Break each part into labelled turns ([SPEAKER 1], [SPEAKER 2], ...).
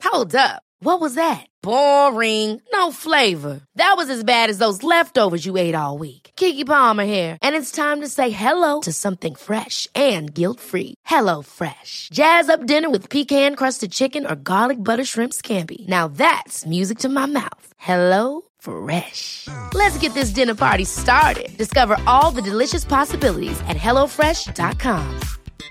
[SPEAKER 1] Hold up. What was that? Boring. No flavor. That was as bad as those leftovers you ate all week. Keke Palmer here, and it's time to say hello to something fresh and guilt-free. Hello Fresh. Jazz up dinner with pecan-crusted chicken or garlic butter shrimp scampi. Now that's music to my mouth. Hello Fresh. Let's get this dinner party started. Discover all the delicious possibilities at hellofresh.com.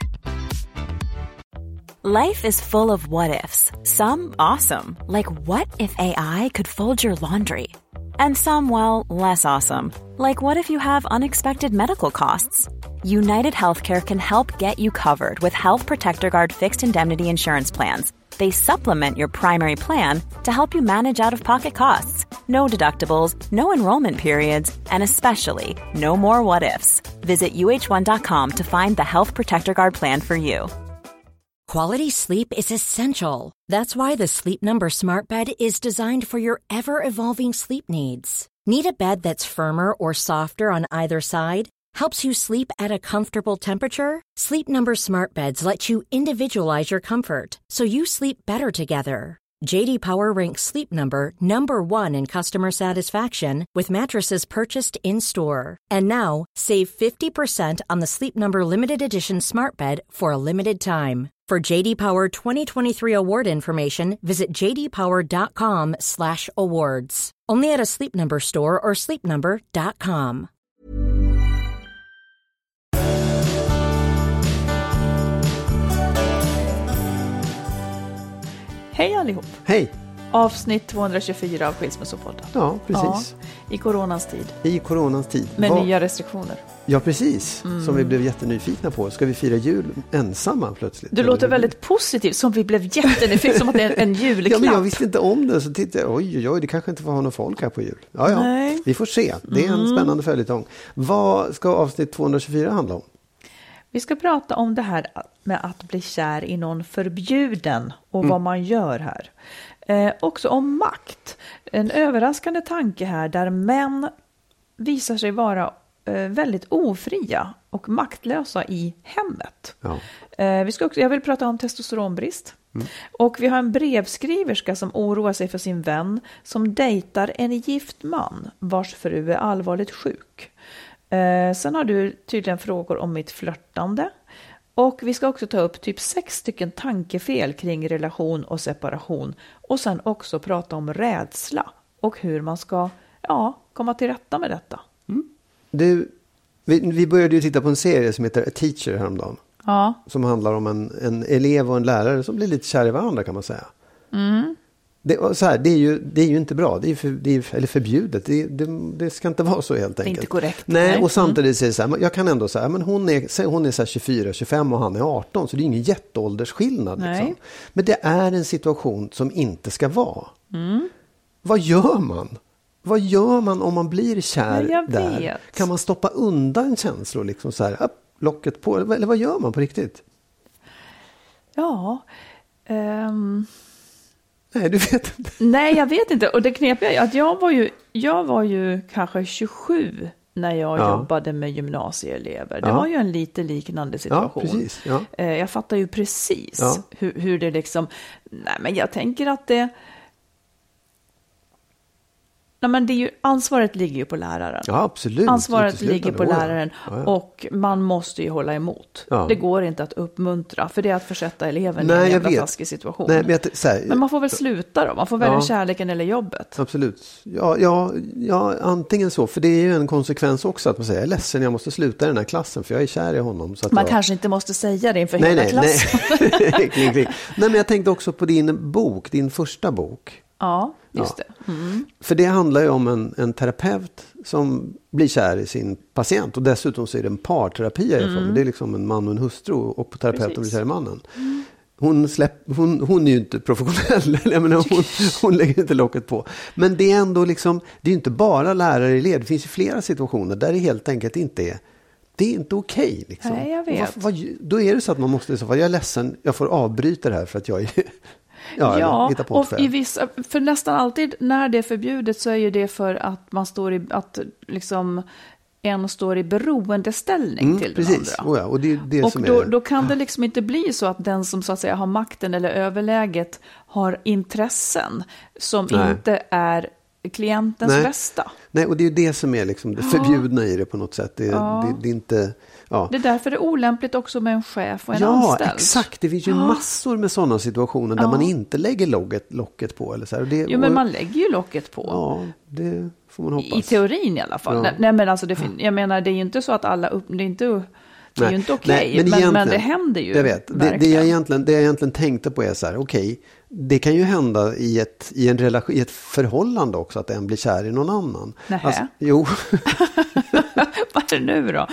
[SPEAKER 2] Life is full of what-ifs. Some awesome, like what if AI could fold your laundry? And some, well, less awesome, like what if you have unexpected medical costs? United Healthcare can help get you covered with Health Protector Guard fixed indemnity insurance plans. They supplement your primary plan to help you manage out-of-pocket costs. No deductibles, no enrollment periods, and especially no more what-ifs. Visit uh1.com to find the Health Protector Guard plan for you.
[SPEAKER 3] Quality sleep is essential. That's why the Sleep Number Smart Bed is designed for your ever-evolving sleep needs. Need a bed that's firmer or softer on either side? Helps you sleep at a comfortable temperature? Sleep Number Smart Beds let you individualize your comfort, so you sleep better together. J.D. Power ranks Sleep Number number 1 in customer satisfaction with mattresses purchased in-store. And now, save 50% on the Sleep Number Limited Edition Smart Bed for a limited time. For J.D. Power 2023 award information, visit jdpower.com/awards. Only at a Sleep Number store or sleepnumber.com.
[SPEAKER 4] Hej allihop.
[SPEAKER 5] Hej.
[SPEAKER 4] Avsnitt 224 av Skilsmässopodden.
[SPEAKER 5] Ja, precis.
[SPEAKER 4] Ja, i coronans tid.
[SPEAKER 5] I coronans tid.
[SPEAKER 4] Med nya restriktioner.
[SPEAKER 5] Ja, precis. Som vi blev jättenyfikna på. Ska vi fira jul ensamma plötsligt?
[SPEAKER 4] Du låter väldigt positiv, som vi blev jättenyfikna, som att det är en julklapp.
[SPEAKER 5] Ja, men jag visste inte om det, så tittade jag, oj, det kanske inte får ha någon folk här på jul. Ja,
[SPEAKER 4] Nej.
[SPEAKER 5] Vi får se. Det är en spännande följetong. Vad ska avsnitt 224 handla om?
[SPEAKER 4] Vi ska prata om det här med att bli kär i någon förbjuden och vad man gör här. Också om makt. En överraskande tanke här där män visar sig vara väldigt ofria och maktlösa i hemmet.
[SPEAKER 5] Ja.
[SPEAKER 4] Jag vill prata om testosteronbrist. Och vi har en brevskriverska som oroar sig för sin vän som dejtar en gift man vars fru är allvarligt sjuk. Sen har du tydligen frågor om mitt flörtande. Och vi ska också ta upp typ 6 stycken tankefel kring relation och separation. Och sen också prata om rädsla och hur man ska komma till rätta med detta.
[SPEAKER 5] Vi började ju titta på en serie som heter A Teacher häromdagen.
[SPEAKER 4] Ja.
[SPEAKER 5] Som handlar om en elev och en lärare som blir lite kär i varandra, kan man säga. Det är ju inte bra. Det är förbjudet. Det ska inte vara så, helt enkelt.
[SPEAKER 4] Det är inte korrekt.
[SPEAKER 5] Nej, och samtidigt säger så här, jag kan ändå säga, men hon är så här 24, 25 och han är 18, så det är ingen jätteåldersskillnad. Liksom. Men det är en situation som inte ska vara. Vad gör man? Vad gör man om man blir kär där? Kan man stoppa undan känslor liksom så här, locket på, eller vad gör man på riktigt?
[SPEAKER 4] Ja,
[SPEAKER 5] Nej, du vet inte.
[SPEAKER 4] Nej, jag vet inte. Och det knepiga är att jag var ju kanske 27 när jag jobbade med gymnasieelever. Det var ju en lite liknande situation.
[SPEAKER 5] Ja, precis. Ja.
[SPEAKER 4] Jag fattar ju precis hur det liksom... Nej, men jag tänker att det... Nej, men det är ju, ansvaret ligger ju på läraren.
[SPEAKER 5] Ja, absolut.
[SPEAKER 4] Ansvaret ligger på läraren och man måste ju hålla emot.
[SPEAKER 5] Ja.
[SPEAKER 4] Det går inte att uppmuntra, för det är att försätta eleven i en jävla taskig situation.
[SPEAKER 5] Nej,
[SPEAKER 4] men man får väl sluta då. Man får välja kärleken eller jobbet.
[SPEAKER 5] Absolut. Ja, antingen så. För det är ju en konsekvens också att man säger, jag är ledsen, jag måste sluta i den här klassen för jag är kär i honom. Så att
[SPEAKER 4] man kanske inte måste säga det inför hela klassen.
[SPEAKER 5] Nej, men jag tänkte också på din första bok.
[SPEAKER 4] Ja, just det.
[SPEAKER 5] För det handlar ju om en terapeut som blir kär i sin patient. Och dessutom så är det en parterapi. Det är liksom en man och en hustru. Och på terapeuten blir kär i mannen. Hon är ju inte professionell. Jag menar, hon lägger inte locket på. Men det är ändå liksom, det är ju inte bara lärare i led. Det finns ju flera situationer där det helt enkelt inte är. Det är inte okej. Liksom.
[SPEAKER 4] Nej, jag vet.
[SPEAKER 5] Då är det så att man måste, jag är ledsen, jag får avbryta det här för att jag är...
[SPEAKER 4] och i vissa, för nästan alltid när det är förbjudet så är ju det för att man står i, att liksom en står i beroendeställning till
[SPEAKER 5] precis.
[SPEAKER 4] den andra.
[SPEAKER 5] Och det är det
[SPEAKER 4] och
[SPEAKER 5] som
[SPEAKER 4] då kan det liksom inte bli så att den som så att säga har makten eller överläget har intressen som inte är klientens bästa.
[SPEAKER 5] Nej, och det är ju det som är liksom det förbjudna i det på något sätt. Det är inte... Ja.
[SPEAKER 4] Det är därför det är olämpligt också med en chef och en anställd.
[SPEAKER 5] Ja, exakt. Det finns ju massor med sådana situationer där man inte lägger locket på. Eller så här. Och
[SPEAKER 4] men man lägger ju locket på.
[SPEAKER 5] Ja, det får man hoppas.
[SPEAKER 4] I teorin i alla fall.
[SPEAKER 5] Ja.
[SPEAKER 4] Nej, men alltså jag menar, det är ju inte så att alla... Det är ju inte okej, men det händer ju.
[SPEAKER 5] Jag vet. Det jag egentligen tänkte på är så här, okej, det kan ju hända i ett förhållande också att en blir kär i någon annan.
[SPEAKER 4] Nähä.
[SPEAKER 5] Alltså, jo.
[SPEAKER 4] Vad är det nu då?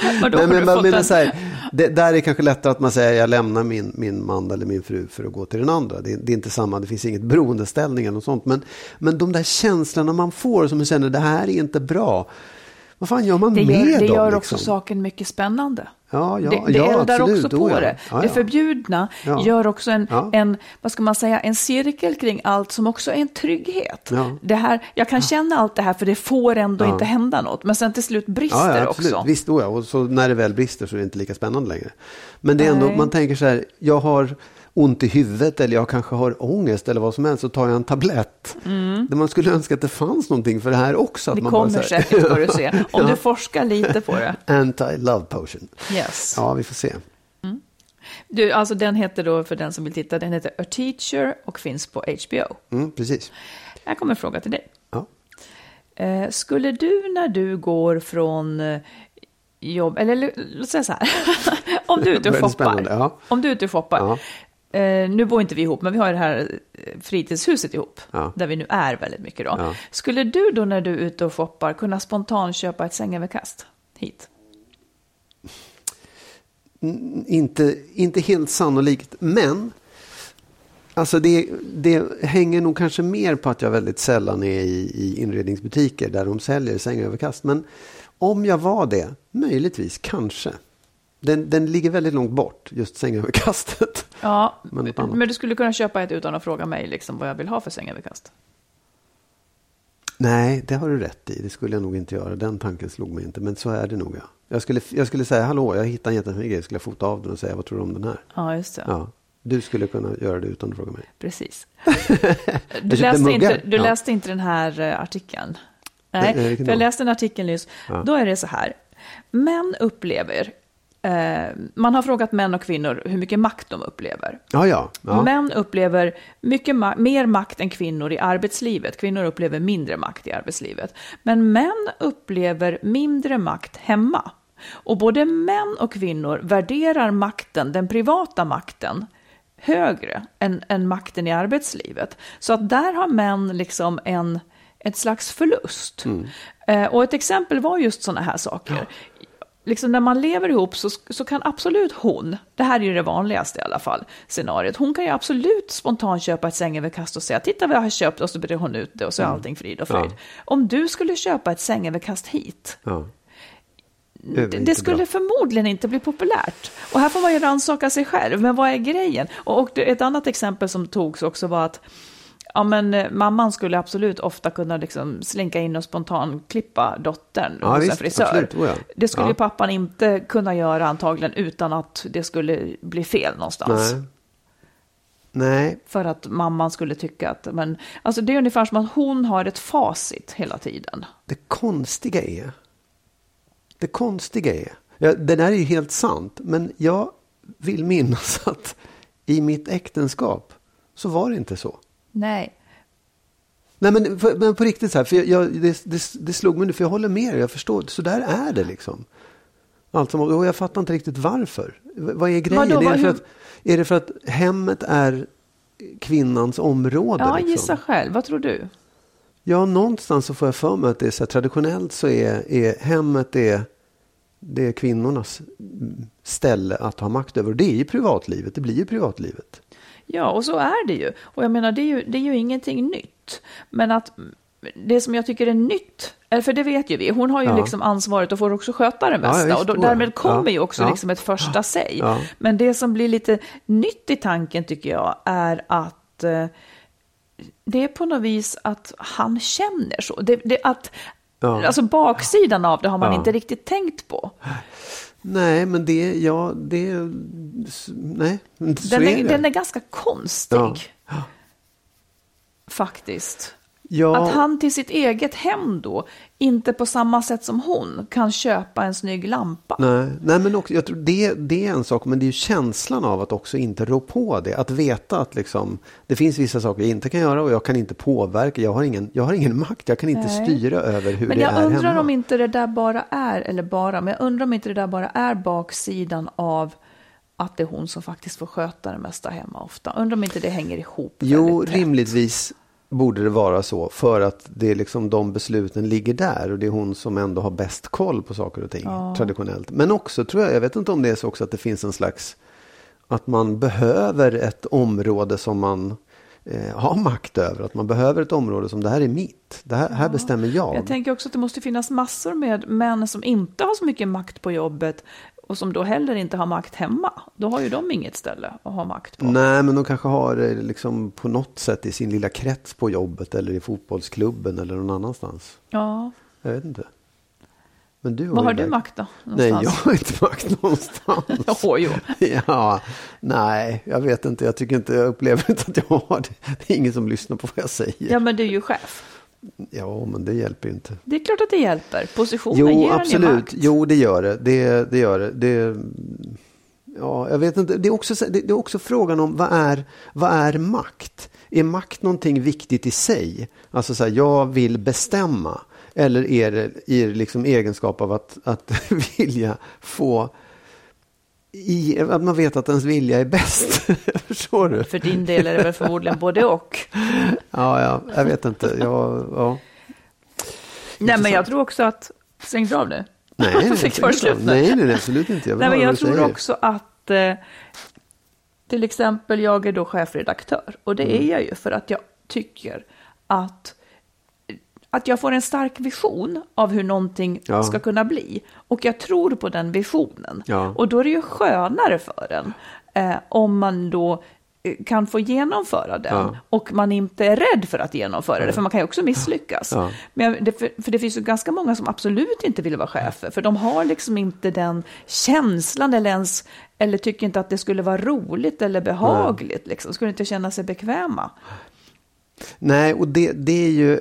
[SPEAKER 5] Där är kanske lättare att man säger jag lämnar min man eller min fru för att gå till den andra. Det är inte samma, det finns inget beroendeställning eller något sånt. Men de där känslorna man får som man känner det här är inte bra. Vad fan gör man med dem?
[SPEAKER 4] Det gör
[SPEAKER 5] liksom?
[SPEAKER 4] Också saken mycket spännande.
[SPEAKER 5] Ja,
[SPEAKER 4] det eldar
[SPEAKER 5] absolut,
[SPEAKER 4] också på det.
[SPEAKER 5] Ja.
[SPEAKER 4] Det förbjudna gör också en, vad ska man säga, en cirkel kring allt som också är en trygghet. Ja. Det här, jag kan känna allt det här för det får ändå inte hända något. Men sen till slut brister det också.
[SPEAKER 5] Visst, och så när det väl brister så är det inte lika spännande längre. Men det är ändå, man tänker så här, jag har ont i huvudet eller jag kanske har ångest eller vad som helst så tar jag en tablett. Där man skulle önska att det fanns någonting för det här också. Att
[SPEAKER 4] det
[SPEAKER 5] man
[SPEAKER 4] kommer
[SPEAKER 5] bara,
[SPEAKER 4] säkert, ska du se. Om du forskar lite på det.
[SPEAKER 5] Anti-love potion.
[SPEAKER 4] Yes.
[SPEAKER 5] Ja, vi får se.
[SPEAKER 4] Du, alltså den heter då, för den som vill titta, den heter A Teacher och finns på HBO.
[SPEAKER 5] Precis.
[SPEAKER 4] Här kommer en fråga till dig.
[SPEAKER 5] Ja.
[SPEAKER 4] Skulle du när du går från jobb, eller låt säga så här, om du är ute och shoppar. Om du är ute och shoppar. Nu bor inte vi ihop, men vi har det här fritidshuset ihop, där vi nu är väldigt mycket då. Skulle du då när du är ute och shoppar kunna spontant köpa ett sängöverkast hit?
[SPEAKER 5] Inte helt sannolikt, men alltså det hänger nog kanske mer på att jag väldigt sällan är i inredningsbutiker där de säljer sängöverkast. Men om jag var det, möjligtvis, kanske. Den ligger väldigt långt bort, just sängöverkastet.
[SPEAKER 4] Ja, men du skulle kunna köpa ett utan att fråga mig liksom vad jag vill ha för sängöverkast.
[SPEAKER 5] Nej, det har du rätt i. Det skulle jag nog inte göra. Den tanken slog mig inte, men så är det nog. Ja. Jag skulle säga, hallå, jag hittar en jättefin grej. Skulle jag fota av den och säga, vad tror du om den här?
[SPEAKER 4] Ja, just det.
[SPEAKER 5] Ja. Du skulle kunna göra det utan att fråga mig.
[SPEAKER 4] Precis. Du läste inte den här artikeln. Nej, för jag läste en artikel nyss. Ja. Då är det så här. Män upplever, man har frågat män och kvinnor hur mycket makt de upplever. Ja. Män upplever mer makt än kvinnor i arbetslivet. Kvinnor upplever mindre makt i arbetslivet. Men män upplever mindre makt hemma. Och både män och kvinnor värderar makten, den privata makten, högre än makten i arbetslivet. Så att där har män liksom ett slags förlust. Och ett exempel var just sådana här saker. Liksom när man lever ihop så kan absolut det här är ju det vanligaste i alla fall, scenariot. Hon kan ju absolut spontant köpa ett sängöverkast och säga, titta vad jag har köpt, och så blir hon ute och så är allting frid och fröjd. Om du skulle köpa ett sängöverkast hit, det skulle förmodligen inte bli populärt. Och här får man ju rannsaka sig själv. Men vad är grejen? Och ett annat exempel som togs också var att mamman skulle absolut ofta kunna liksom slinka in och spontan klippa dottern hos en frisör. Det skulle pappan inte kunna göra antagligen utan att det skulle bli fel någonstans.
[SPEAKER 5] Nej.
[SPEAKER 4] För att mamman skulle tycka att... alltså det är ungefär som att hon har ett facit hela tiden.
[SPEAKER 5] Det konstiga är... det där är ju helt sant. Men jag vill minnas att i mitt äktenskap så var det inte så.
[SPEAKER 4] Nej,
[SPEAKER 5] men på riktigt så här, för det slog mig nu, för jag håller med, jag förstår, så där är det liksom. Alltså, och jag fattar inte riktigt varför. Vad är grejen? Är det för att hemmet är kvinnans område?
[SPEAKER 4] Ja,
[SPEAKER 5] liksom?
[SPEAKER 4] gissa själv. Vad tror du?
[SPEAKER 5] Ja, någonstans så får jag för mig att det är så här, traditionellt så är hemmet det är kvinnornas ställe att ha makt över. Och det är ju privatlivet, det blir ju privatlivet. Ja,
[SPEAKER 4] och så är det ju. Och jag menar, det är ju ingenting nytt. Men att det som jag tycker är nytt, för det vet ju vi, hon har ju liksom ansvaret och får också sköta det mesta. Och därmed kommer ju också liksom ett första säg. Ja. Men det som blir lite nytt i tanken tycker jag är att det är på något vis att han känner så. Alltså baksidan av det har man inte riktigt tänkt på.
[SPEAKER 5] Nej, men
[SPEAKER 4] den är ganska konstig.
[SPEAKER 5] Ja.
[SPEAKER 4] Faktiskt.
[SPEAKER 5] Ja.
[SPEAKER 4] Att han till sitt eget hem då inte på samma sätt som hon kan köpa en snygg lampa.
[SPEAKER 5] Nej, men också, jag tror det är en sak, men det är ju känslan av att också inte rå på det. Att veta att liksom, det finns vissa saker jag inte kan göra och jag kan inte påverka. Jag har ingen makt, jag kan inte styra över hur
[SPEAKER 4] men
[SPEAKER 5] det är hemma.
[SPEAKER 4] Men jag undrar om inte det där bara är baksidan av att det är hon som faktiskt får sköta det mesta hemma ofta. Undrar om inte det hänger ihop.
[SPEAKER 5] Jo, rimligtvis borde det vara så, för att det är liksom de besluten ligger där och det är hon som ändå har bäst koll på saker och ting traditionellt. Men också tror jag vet inte om det är så också att det finns en slags att man behöver ett område som man har makt över, att man behöver ett område som det här är mitt, det här bestämmer jag.
[SPEAKER 4] Jag tänker också att det måste finnas massor med män som inte har så mycket makt på jobbet och som då heller inte har makt hemma. Då har ju de inget ställe att ha makt på. Nej,
[SPEAKER 5] men de kanske har det liksom på något sätt i sin lilla krets på jobbet eller i fotbollsklubben eller någon annanstans.
[SPEAKER 4] Ja.
[SPEAKER 5] Jag vet inte. Men du
[SPEAKER 4] har du makt då?
[SPEAKER 5] Någonstans? Nej, jag har inte makt någonstans.
[SPEAKER 4] Jo.
[SPEAKER 5] Ja, nej, jag vet inte. Jag upplever inte att jag har det. Det är ingen som lyssnar på vad jag säger.
[SPEAKER 4] Ja, men du är ju chef.
[SPEAKER 5] Ja, men det hjälper ju inte.
[SPEAKER 4] Det är klart att det hjälper. Positionen ger
[SPEAKER 5] absolut.
[SPEAKER 4] en makt.
[SPEAKER 5] Jo, det gör det. Det gör det. Ja, jag vet inte. Det är också frågan om vad är makt? Är makt någonting viktigt i sig? Alltså så här, jag vill bestämma. Eller är det liksom egenskap av att vilja få att man vet att ens vilja är bäst. Förstår du?
[SPEAKER 4] För din del är det väl förmodligen både och.
[SPEAKER 5] Ja, jag vet inte. Ja.
[SPEAKER 4] Nej, men jag tror också att... Stäng av nu.
[SPEAKER 5] Nej, absolut inte.
[SPEAKER 4] Jag tror också att till exempel jag är då chefredaktör. Och det är jag ju för att jag tycker att jag får en stark vision av hur någonting ska kunna bli. Och jag tror på den visionen. Ja. Och då är det ju skönare för en om man då kan få genomföra den. Ja. Och man inte är rädd för att genomföra det. För man kan ju också misslyckas. Ja. Men för det finns ju ganska många som absolut inte vill vara chefer. För de har liksom inte den känslan eller tycker inte att det skulle vara roligt eller behagligt. Liksom. Skulle inte känna sig bekväma.
[SPEAKER 5] Nej, och det är ju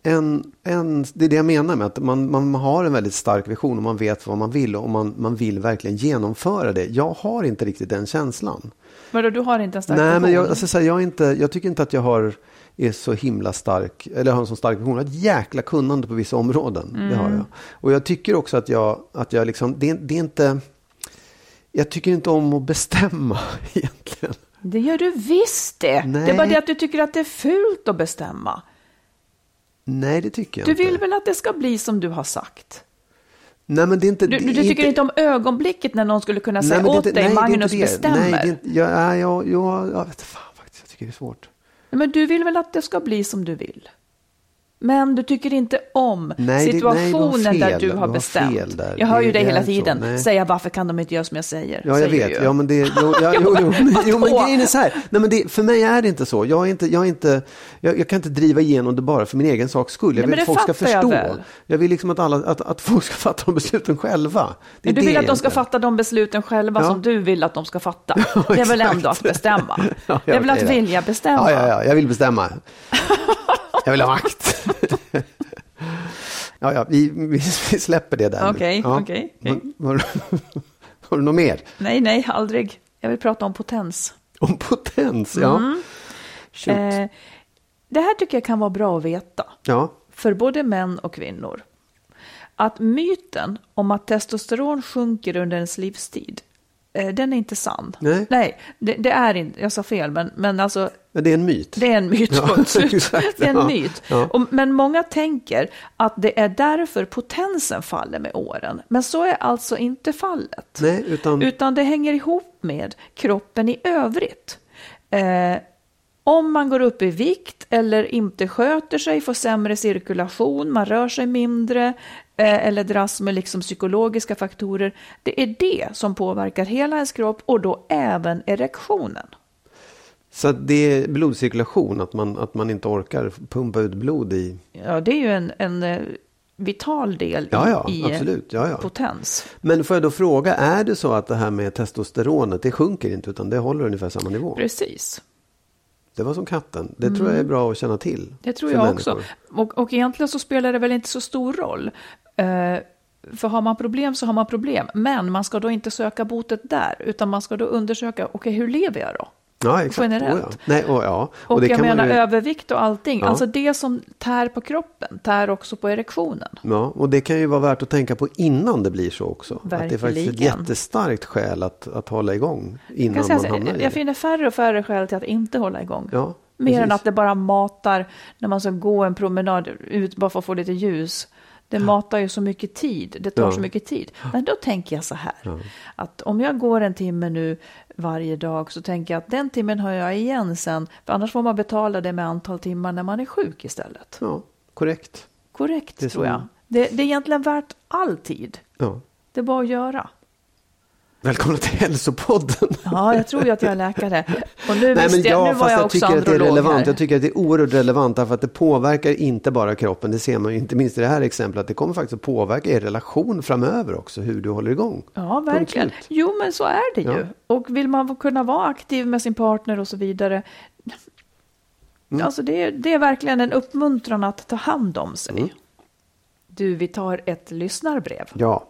[SPEAKER 5] det är det jag menar med att man har en väldigt stark vision och man vet vad man vill och man vill verkligen genomföra det. Jag har inte riktigt den känslan.
[SPEAKER 4] Vadå, du har inte en stark
[SPEAKER 5] vision?
[SPEAKER 4] Nej,
[SPEAKER 5] men jag tycker inte att jag är så himla stark, eller har en så stark vision. Jag har ett jäkla kunnande på vissa områden, det har jag. Och jag tycker också att jag liksom, det är inte, jag tycker inte om att bestämma egentligen.
[SPEAKER 4] Det gör du visst det. Nej. Det är bara det att du tycker att det är fult att bestämma.
[SPEAKER 5] Nej, det tycker jag inte.
[SPEAKER 4] Du vill väl att det ska bli som du har sagt?
[SPEAKER 5] Nej, men det är inte...
[SPEAKER 4] Du tycker inte om ögonblicket när någon skulle kunna säga åt dig, Magnus bestämmer?
[SPEAKER 5] Nej, jag vet fan faktiskt, jag tycker det är svårt.
[SPEAKER 4] Nej, men du vill väl att det ska bli som du vill? Men du tycker inte om situationen där du har bestämt. Jag hör ju dig hela tiden säga varför kan de inte göra som jag säger.
[SPEAKER 5] Ja, jag vet. Ja, men det jo, men grejen är så här. Nej, men för mig är det inte så. Jag kan inte driva igenom det bara för min egen saks skull. Jag vill att folk ska förstå. Jag vill liksom att folk ska fatta de besluten själva.
[SPEAKER 4] Du vill att de ska fatta de besluten själva som du vill att de ska fatta. Det är väl ändå att bestämma. Det är väl att vilja bestämma.
[SPEAKER 5] Ja, jag vill bestämma. Jag vill ha makt. Vi släpper det där.
[SPEAKER 4] Okej.
[SPEAKER 5] Har du något mer?
[SPEAKER 4] Nej, aldrig. Jag vill prata om potens.
[SPEAKER 5] Om potens, ja.
[SPEAKER 4] Det här tycker jag kan vara bra att veta. Ja. För både män och kvinnor. Att myten om att testosteron sjunker under ens livstid, den är inte sann. Nej, det är inte, jag sa fel, men alltså...
[SPEAKER 5] Det är en myt.
[SPEAKER 4] Det är en myt.
[SPEAKER 5] Ja, exakt,
[SPEAKER 4] det är en myt. Ja. Men många tänker att det är därför potensen faller med åren. Men så är alltså inte fallet.
[SPEAKER 5] Nej,
[SPEAKER 4] utan det hänger ihop med kroppen i övrigt. Om man går upp i vikt eller inte sköter sig, får sämre cirkulation, man rör sig mindre eller dras med liksom psykologiska faktorer. Det är det som påverkar hela ens kropp och då även erektionen.
[SPEAKER 5] Så det är blodcirkulation, att man inte orkar pumpa ut blod i...
[SPEAKER 4] Ja, det är ju vital del i
[SPEAKER 5] absolut. Ja.
[SPEAKER 4] potens.
[SPEAKER 5] Men får jag då fråga, är det så att det här med testosteronet, det sjunker inte utan det håller ungefär samma nivå?
[SPEAKER 4] Precis.
[SPEAKER 5] Det var som katten. Det tror jag är bra att känna till.
[SPEAKER 4] Det tror jag också. Och egentligen så spelar det väl inte så stor roll. För har man problem så har man problem. Men man ska då inte söka botet där. Utan man ska då undersöka, hur lever jag då?
[SPEAKER 5] Ja, exakt.
[SPEAKER 4] Generellt.
[SPEAKER 5] Och det
[SPEAKER 4] jag
[SPEAKER 5] kan
[SPEAKER 4] menar
[SPEAKER 5] man
[SPEAKER 4] övervikt och allting.
[SPEAKER 5] Ja.
[SPEAKER 4] Alltså det som tär på kroppen tär också på erektionen.
[SPEAKER 5] Ja, och det kan ju vara värt att tänka på innan det blir så också.
[SPEAKER 4] Verkligen.
[SPEAKER 5] Att det är faktiskt ett jättestarkt skäl att hålla igång innan man hamnar i det.
[SPEAKER 4] Jag finner färre och färre skäl till att inte hålla igång.
[SPEAKER 5] Ja,
[SPEAKER 4] mer än att det bara matar när man ska gå en promenad ut bara för att få lite ljus. Det matar ju så mycket tid. Det tar så mycket tid. Men då tänker jag så här. Ja. Att om jag går en timme nu varje dag så tänker jag att den timmen har jag igen sen. För annars får man betala det med antal timmar när man är sjuk istället.
[SPEAKER 5] Ja, korrekt.
[SPEAKER 4] Korrekt tror jag. Det är egentligen värt all tid. Ja. Det är bara att göra.
[SPEAKER 5] Välkomna till hälsopodden.
[SPEAKER 4] Ja, jag tror ju att jag är läkare. Och nu,
[SPEAKER 5] nu
[SPEAKER 4] var jag också androlog här.
[SPEAKER 5] Jag tycker att det är oerhört relevant därför att det påverkar inte bara kroppen. Det ser man ju inte minst i det här exemplet. Att det kommer faktiskt att påverka er relation framöver också. Hur du håller igång.
[SPEAKER 4] Ja, verkligen. Jo, men så är det ju. Och vill man kunna vara aktiv med sin partner och så vidare. Alltså det är verkligen en uppmuntran att ta hand om sig. Du, vi tar ett lyssnarbrev.
[SPEAKER 5] Ja.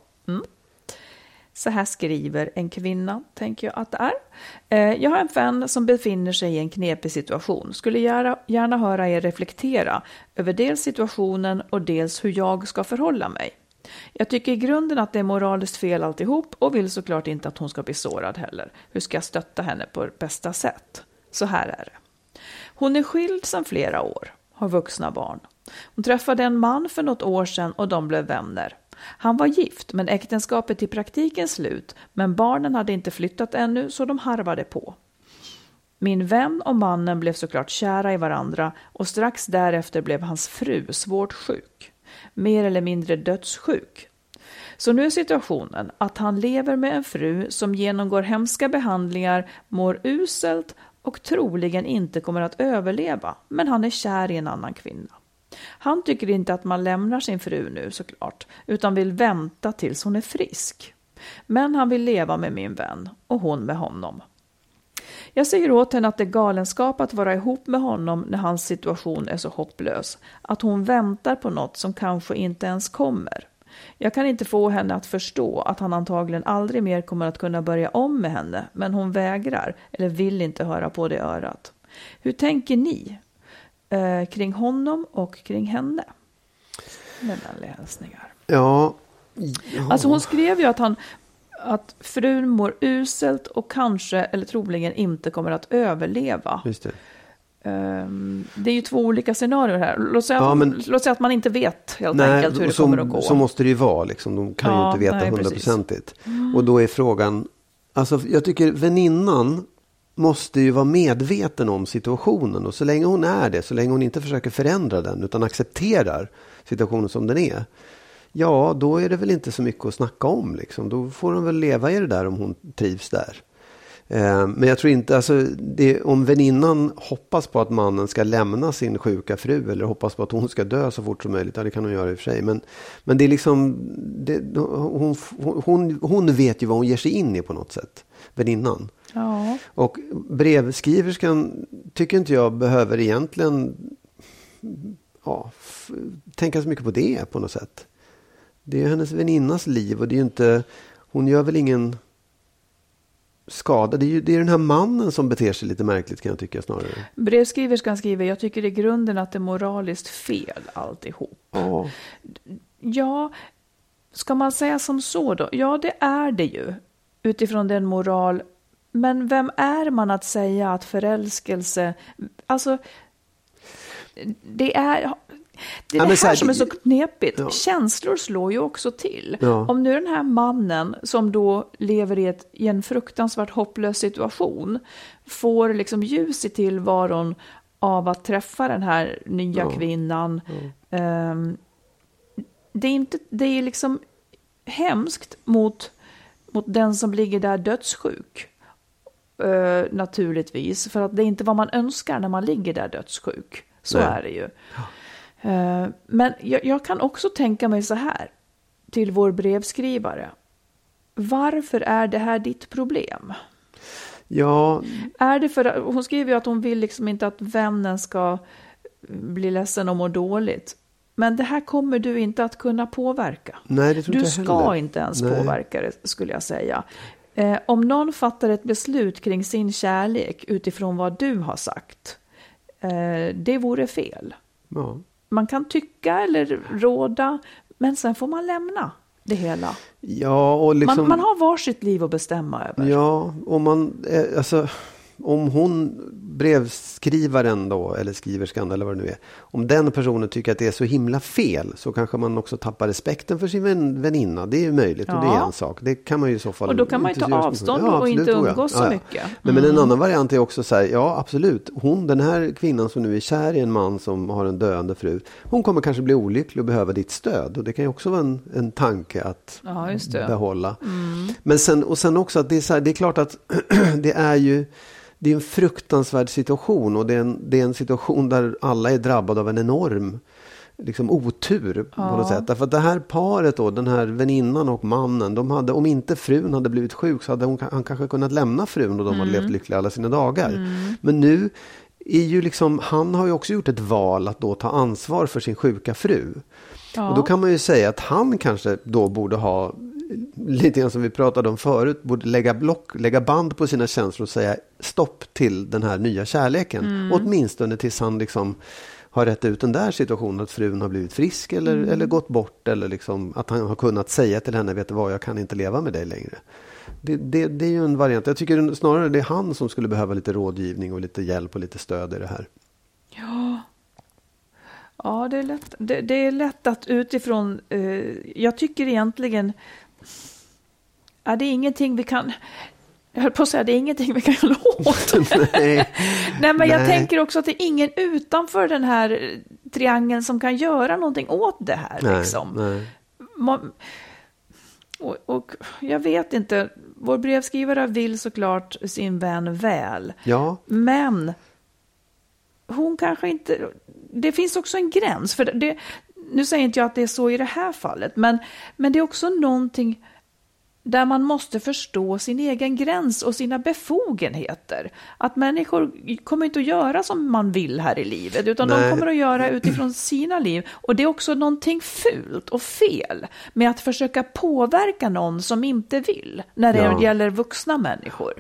[SPEAKER 4] Så här skriver en kvinna, tänker jag att det är. Jag har en vän som befinner sig i en knepig situation. Skulle gärna höra er reflektera över dels situationen och dels hur jag ska förhålla mig. Jag tycker i grunden att det är moraliskt fel alltihop och vill såklart inte att hon ska bli sårad heller. Hur ska jag stötta henne på bästa sätt? Så här är det. Hon är skild sedan flera år, har vuxna barn. Hon träffade en man för något år sedan och de blev vänner. Han var gift men äktenskapet i praktiken slut, men barnen hade inte flyttat ännu så de harvade på. Min vän och mannen blev såklart kära i varandra och strax därefter blev hans fru svårt sjuk. Mer eller mindre dödssjuk. Så nu är situationen att han lever med en fru som genomgår hemska behandlingar, mår uselt och troligen inte kommer att överleva, men han är kär i en annan kvinna. Han tycker inte att man lämnar sin fru nu såklart, utan vill vänta tills hon är frisk. Men han vill leva med min vän och hon med honom. Jag säger åt henne att det är galenskap att vara ihop med honom när hans situation är så hopplös. Att hon väntar på något som kanske inte ens kommer. Jag kan inte få henne att förstå att han antagligen aldrig mer kommer att kunna börja om med henne, men hon vägrar eller vill inte höra på det örat. Hur tänker ni kring honom och kring henne? Med vänliga hälsningar.
[SPEAKER 5] Ja.
[SPEAKER 4] Alltså hon skrev ju att frun mår uselt och kanske eller troligen inte kommer att överleva.
[SPEAKER 5] Just det.
[SPEAKER 4] Det är ju två olika scenarier här. Låt säga att man inte vet helt enkelt hur det kommer att gå.
[SPEAKER 5] Så måste det ju vara. Liksom. De kan ju inte veta 100%. Och då är frågan, alltså jag tycker väninnan måste ju vara medveten om situationen. Och så länge hon är det, så länge hon inte försöker förändra den utan accepterar situationen som den är. Ja, då är det väl inte så mycket att snacka om. Liksom. Då får hon väl leva i det där om hon trivs där. Men jag tror inte, alltså, om väninnan hoppas på att mannen ska lämna sin sjuka fru eller hoppas på att hon ska dö så fort som möjligt, ja, det kan hon göra i och för sig. Men det är liksom, hon vet ju vad hon ger sig in i på något sätt, väninnan.
[SPEAKER 4] Ja.
[SPEAKER 5] Och brevskriverskan tycker inte jag behöver egentligen tänka så mycket på det på något sätt. Det är hennes väninnas liv och det är ju inte, hon gör väl ingen skada. Det är den här mannen som beter sig lite märkligt, kan jag tycka snarare.
[SPEAKER 4] Brevskriverskan skriver, jag tycker i grunden att det är moraliskt fel alltihop. Ja, ska man säga som så då? Ja, det är det ju. Utifrån den moral. Men vem är man att säga att förälskelse, alltså det är det här som är så knepigt. Ja. Känslor slår ju också till. Ja. Om nu den här mannen som då lever i en fruktansvärt hopplös situation får liksom ljus i tillvaron av att träffa den här nya kvinnan. Ja. Det är liksom hemskt mot den som ligger där dödssjuk. Naturligtvis. För att det är inte vad man önskar när man ligger där dödssjuk. Så är det ju. Men jag kan också tänka mig så här till vår brevskrivare. Varför är det här ditt problem?
[SPEAKER 5] Ja.
[SPEAKER 4] Är det för, hon skriver ju att hon vill liksom inte att vännen ska bli ledsen och må dåligt. Men det här kommer du inte att kunna påverka.
[SPEAKER 5] Nej, det tror
[SPEAKER 4] du
[SPEAKER 5] jag
[SPEAKER 4] ska
[SPEAKER 5] heller.
[SPEAKER 4] inte ens påverka det, skulle jag säga. Om någon fattar ett beslut kring sin kärlek utifrån vad du har sagt, det vore fel.
[SPEAKER 5] Ja.
[SPEAKER 4] Man kan tycka eller råda, men sen får man lämna det hela.
[SPEAKER 5] Ja, och liksom,
[SPEAKER 4] man har varsitt liv att bestämma över.
[SPEAKER 5] Ja, om hon, brevskrivaren då, eller skriverskan eller vad det nu är, om den personen tycker att det är så himla fel, så kanske man också tappar respekten för sin väninna. Det är ju möjligt, och det är en sak. Det kan man ju i så fall.
[SPEAKER 4] Och då kan man ju ta avstånd och inte umgås så mycket.
[SPEAKER 5] Men en annan variant är också så här, ja absolut, den här kvinnan som nu är kär i en man som har en döende fru, hon kommer kanske bli olycklig och behöva ditt stöd. Och det kan ju också vara en tanke att behålla. Men sen också att det är så här, det är klart att det är en fruktansvärd situation, och det är en situation där alla är drabbade av en enorm liksom otur på något sätt. Därför att det här paret då, den här väninnan och mannen, de hade, om inte frun hade blivit sjuk, så hade han kanske kunnat lämna frun och de hade levt lyckliga alla sina dagar. Men nu är ju liksom, han har ju också gjort ett val att då ta ansvar för sin sjuka fru. Och då kan man ju säga att han kanske då borde ha, lite grann som vi pratade om förut, borde lägga band på sina känslor och säga stopp till den här nya kärleken. Åtminstone tills han liksom har rätt ut den där situationen, att frun har blivit frisk eller gått bort, eller liksom att han har kunnat säga till henne, vet du vad, jag kan inte leva med dig längre. Det är ju en variant. Jag tycker snarare det är han som skulle behöva lite rådgivning och lite hjälp och lite stöd i det här.
[SPEAKER 4] Ja, det är lätt. Det är lätt att utifrån, jag tycker egentligen, det är ingenting vi kan, jag höll på att säga, det är ingenting vi kan göra åt. Nej, men jag tänker också att det är ingen utanför den här triangeln som kan göra någonting åt det här.
[SPEAKER 5] Nej,
[SPEAKER 4] liksom.
[SPEAKER 5] nej.
[SPEAKER 4] Och jag vet inte, vår brevskrivare vill såklart sin vän väl.
[SPEAKER 5] Ja.
[SPEAKER 4] Men hon kanske inte, det finns också en gräns. För nu säger inte jag att det är så i det här fallet, men det är också någonting där man måste förstå sin egen gräns och sina befogenheter. Att människor kommer inte att göra som man vill här i livet, utan de kommer att göra utifrån sina liv. Och det är också någonting fult och fel med att försöka påverka någon som inte vill, när det gäller vuxna människor.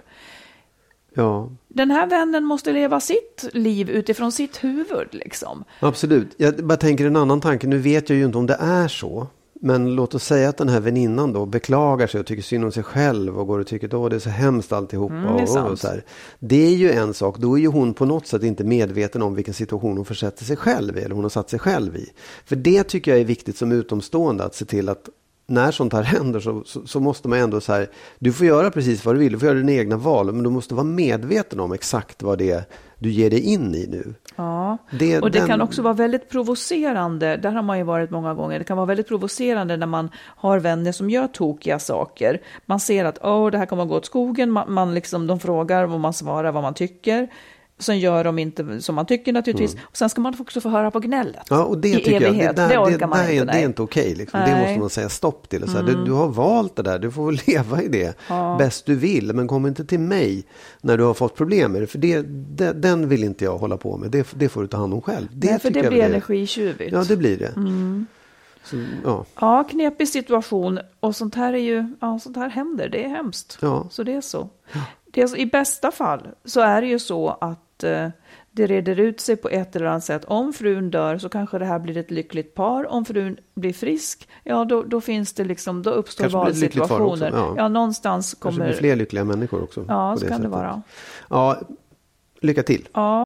[SPEAKER 4] Ja. Den här vännen måste leva sitt liv utifrån sitt huvud liksom.
[SPEAKER 5] Absolut. Jag bara tänker en annan tanke. Nu vet jag ju inte om det är så. Men låt oss säga att den här väninnan då beklagar sig och tycker synd om sig själv och går och tycker att det är så hemskt alltihopa. Och så här. Det är ju en sak. Då är ju hon på något sätt inte medveten om vilken situation hon försätter sig själv i, eller hon har satt sig själv i. För det tycker jag är viktigt som utomstående, att se till att när sånt här händer så måste man ändå så här, du får göra precis vad du vill, du får göra dina egna val, men du måste vara medveten om exakt vad det är du ger dig in i nu.
[SPEAKER 4] Ja, och det kan också vara väldigt provocerande, där har man ju varit många gånger, det kan vara väldigt provocerande när man har vänner som gör tokiga saker. Man ser att det här kommer att gå åt skogen, man liksom, de frågar och man svarar vad man tycker. Sen gör de inte som man tycker naturligtvis. Och sen ska man också få höra på gnället.
[SPEAKER 5] Ja, och det tycker jag, det orkar man inte. Det är inte okej. Liksom. Det måste man säga stopp till. Så här, du har valt det där, du får väl leva i det bäst du vill. Men kom inte till mig när du har fått problem med det. För den vill inte jag hålla på med. Det får du ta hand om själv.
[SPEAKER 4] Nej, för det blir energitjuvigt.
[SPEAKER 5] Ja, det blir det. Så,
[SPEAKER 4] ja, knepig situation. Och sånt här är ju, sånt här händer. Det är hemskt. Ja. Så det är så. Ja. I bästa fall så är det ju så att det reder ut sig på ett eller annat sätt. Om frun dör så kanske det här blir ett lyckligt par. Om frun blir frisk, då finns det liksom, då uppstår kanske valsituationer. Ja, någonstans kommer...
[SPEAKER 5] Kanske blir fler lyckliga människor också.
[SPEAKER 4] Ja, så kan det vara.
[SPEAKER 5] Ja, lycka till.
[SPEAKER 4] Ja.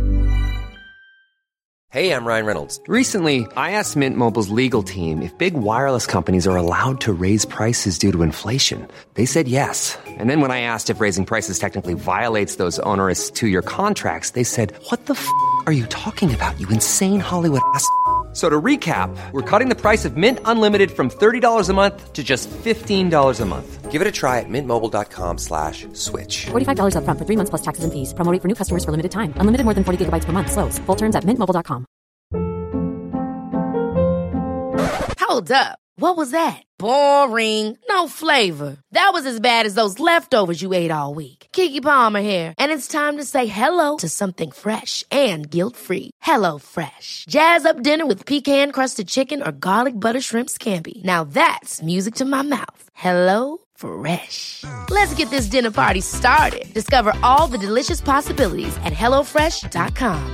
[SPEAKER 6] Hey, I'm Ryan Reynolds. Recently, I asked Mint Mobile's legal team if big wireless companies are allowed to raise prices due to inflation. They said yes. And then when I asked if raising prices technically violates those onerous 2-year contracts, they said, what the f*** are you talking about, you insane Hollywood ass f- So to recap, we're cutting the price of Mint Unlimited from $30 a month to just $15 a month. Give it a try at mintmobile.com/switch.
[SPEAKER 7] $45 up front for 3 months plus taxes and fees. Promo rate for new customers for limited time. Unlimited more than 40 gigabytes per month. Slows full terms at mintmobile.com.
[SPEAKER 1] Hold up. What was that? Boring. No flavor. That was as bad as those leftovers you ate all week. Keke Palmer here, and it's time to say hello to something fresh and guilt-free. Hello Fresh. Jazz up dinner with pecan-crusted chicken or garlic butter shrimp scampi. Now that's music to my mouth. Hello Fresh. Let's get this dinner party started. Discover all the delicious possibilities at hellofresh.com.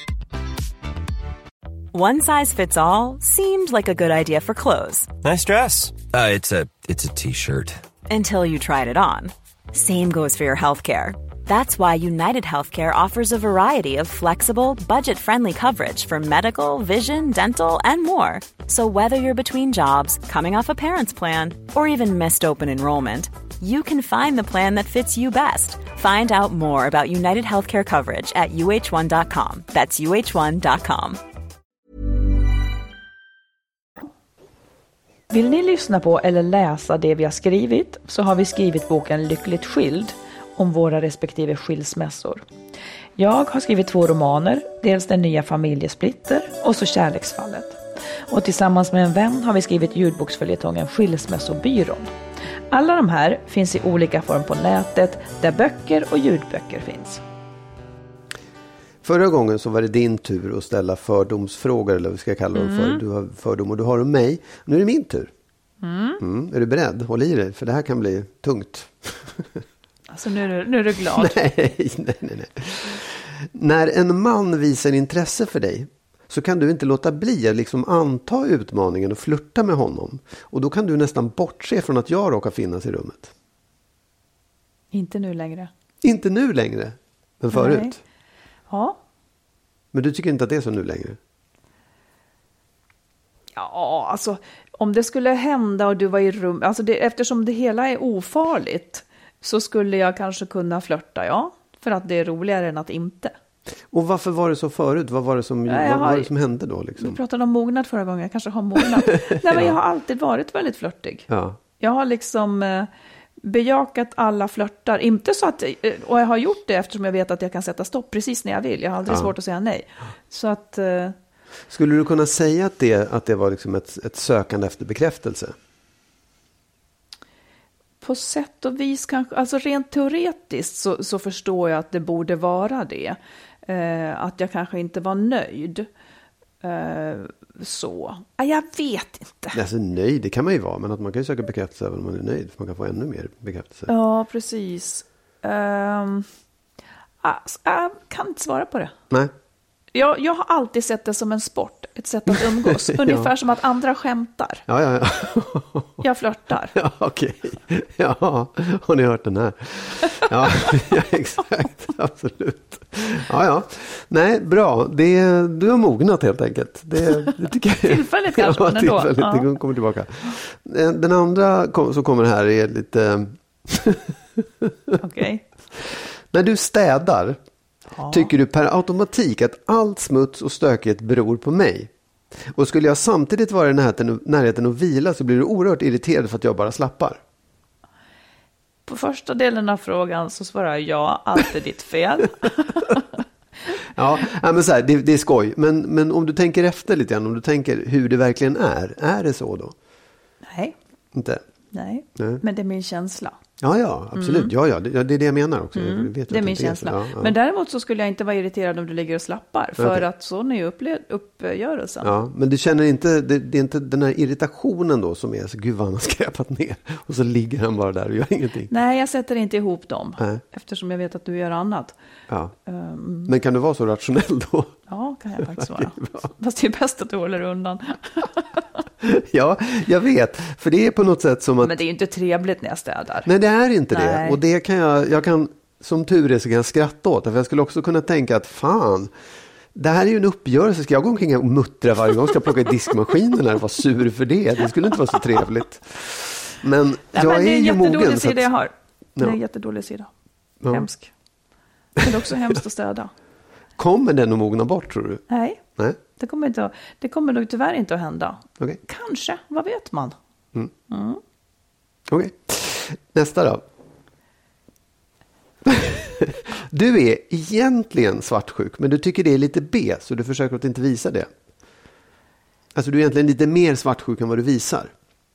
[SPEAKER 2] One size fits all seemed like a good idea for clothes.
[SPEAKER 8] Nice dress. It's a t-shirt.
[SPEAKER 2] Until you tried it on. Same goes for your healthcare. That's why United Healthcare offers a variety of flexible, budget-friendly coverage for medical, vision, dental, and more. So whether you're between jobs, coming off a parent's plan, or even missed open enrollment, you can find the plan that fits you best. Find out more about United Healthcare coverage at uh1.com. That's uh1.com.
[SPEAKER 4] Vill ni lyssna på eller läsa det vi har skrivit så har vi skrivit boken Lyckligt skild om våra respektive skilsmässor. Jag har skrivit 2 romaner, dels Den nya familjesplitter och så Kärleksfallet. Och tillsammans med en vän har vi skrivit ljudboksföljetongen Skilsmässobyrån. Alla de här finns i olika form på nätet där böcker och ljudböcker finns.
[SPEAKER 5] Förra gången så var det din tur att ställa fördomsfrågor, eller vad vi ska kalla dem för. Du har fördomar, du har om mig. Nu är det min tur. Är du beredd? Håll i dig, för det här kan bli tungt.
[SPEAKER 4] Alltså nu är du glad.
[SPEAKER 5] Nej. När en man visar intresse för dig så kan du inte låta bli att liksom anta utmaningen och flirta med honom. Och då kan du nästan bortse från att jag råkar finnas i rummet.
[SPEAKER 4] Inte nu längre.
[SPEAKER 5] Inte nu längre, men förut.
[SPEAKER 4] Nej. Ja.
[SPEAKER 5] Men du tycker inte att det är så nu längre?
[SPEAKER 4] Ja, alltså om det skulle hända och du var i rum, alltså eftersom det hela är ofarligt så skulle jag kanske kunna flirta, ja. För att det är roligare än att inte.
[SPEAKER 5] Och varför var det så förut? Vad var det som, vad var det som hände då? Liksom?
[SPEAKER 4] Vi pratade om mognad förra gången, jag kanske har mognat. Nej, men jag har alltid varit väldigt flirtig.
[SPEAKER 5] Ja.
[SPEAKER 4] Jag har liksom bejakat alla flörtar. Inte så att, och jag har gjort det eftersom jag vet att jag kan sätta stopp precis när jag vill. Jag har aldrig svårt att säga nej. Så att...
[SPEAKER 5] Skulle du kunna säga att det var liksom ett sökande efter bekräftelse?
[SPEAKER 4] På sätt och vis kanske, alltså rent teoretiskt så förstår jag att det borde vara det. Att jag kanske inte var nöjd. Så. Jag vet inte.
[SPEAKER 5] Alltså nöjd, det kan man ju vara. Men att man kan ju söka bekräftelse även om man är nöjd. För man kan få ännu mer bekräftelse.
[SPEAKER 4] Ja, precis. Jag kan inte svara på det.
[SPEAKER 5] Nej.
[SPEAKER 4] Jag har alltid sett det som en sport. Ett sätt att umgås. Ungefär som att andra skämtar.
[SPEAKER 5] Ja.
[SPEAKER 4] Jag flörtar.
[SPEAKER 5] Ja, okej. Ja, har ni hört den här? Ja, exakt. Absolut. Ja. Nej, bra. Du har mognat helt enkelt. Det tycker jag.
[SPEAKER 4] Tillfälligt kanske, men ändå.
[SPEAKER 5] Tillfälligt, det kommer tillbaka. Den andra som kommer här är lite...
[SPEAKER 4] Okej.
[SPEAKER 5] När du städar... Tycker du per automatik att allt smuts och stökigt beror på mig? Och skulle jag samtidigt vara i närheten och vila så blir du oerhört irriterad för att jag bara slappar.
[SPEAKER 4] På första delen av frågan så svarar jag ja, allt är ditt fel.
[SPEAKER 5] Ja, men så här, det är skoj. Men om du tänker efter lite grann, om du tänker hur det verkligen är det så då?
[SPEAKER 4] Nej.
[SPEAKER 5] Inte?
[SPEAKER 4] Nej, men det är min känsla.
[SPEAKER 5] Ja, absolut. Ja, det är det jag menar också.
[SPEAKER 4] Det är min känsla. Ja. Men däremot så skulle jag inte vara irriterad om du ligger och slappar. För att sån är ju uppgörelsen.
[SPEAKER 5] Ja, men du känner inte, det är inte den här irritationen då som är så gud vad han har skräpat ner. Och så ligger han bara där och gör ingenting.
[SPEAKER 4] Nej, jag sätter inte ihop dem. Eftersom jag vet att du gör annat.
[SPEAKER 5] Ja. Men kan du vara så rationell då?
[SPEAKER 4] Ja, kan jag faktiskt vara. Fast det är bäst att du håller undan.
[SPEAKER 5] Ja, jag vet. För det är på något sätt som att...
[SPEAKER 4] Men det är ju inte trevligt när jag städar.
[SPEAKER 5] Nej, det är inte det. Och det kan jag kan, som tur är så kan jag skratta åt det. För jag skulle också kunna tänka att fan, det här är ju en uppgörelse. Ska jag gå omkring och muttra varje gång? Ska jag plocka i diskmaskinen och vara sur för det? Det skulle inte vara så trevligt. Men jag är ju mogen. Det är en jättedålig
[SPEAKER 4] sida jag har. Det är en jättedålig sida. Hemsk. Men det är också hemskt att städa.
[SPEAKER 5] Kommer den att mogna bort, tror du?
[SPEAKER 4] Nej. Det kommer nog tyvärr inte att hända.
[SPEAKER 5] Okay.
[SPEAKER 4] Kanske, vad vet man?
[SPEAKER 5] Okej. Nästa då. Du är egentligen svartsjuk, men du tycker det är lite B, så du försöker att inte visa det. Alltså du är egentligen lite mer svartsjuk än vad du visar.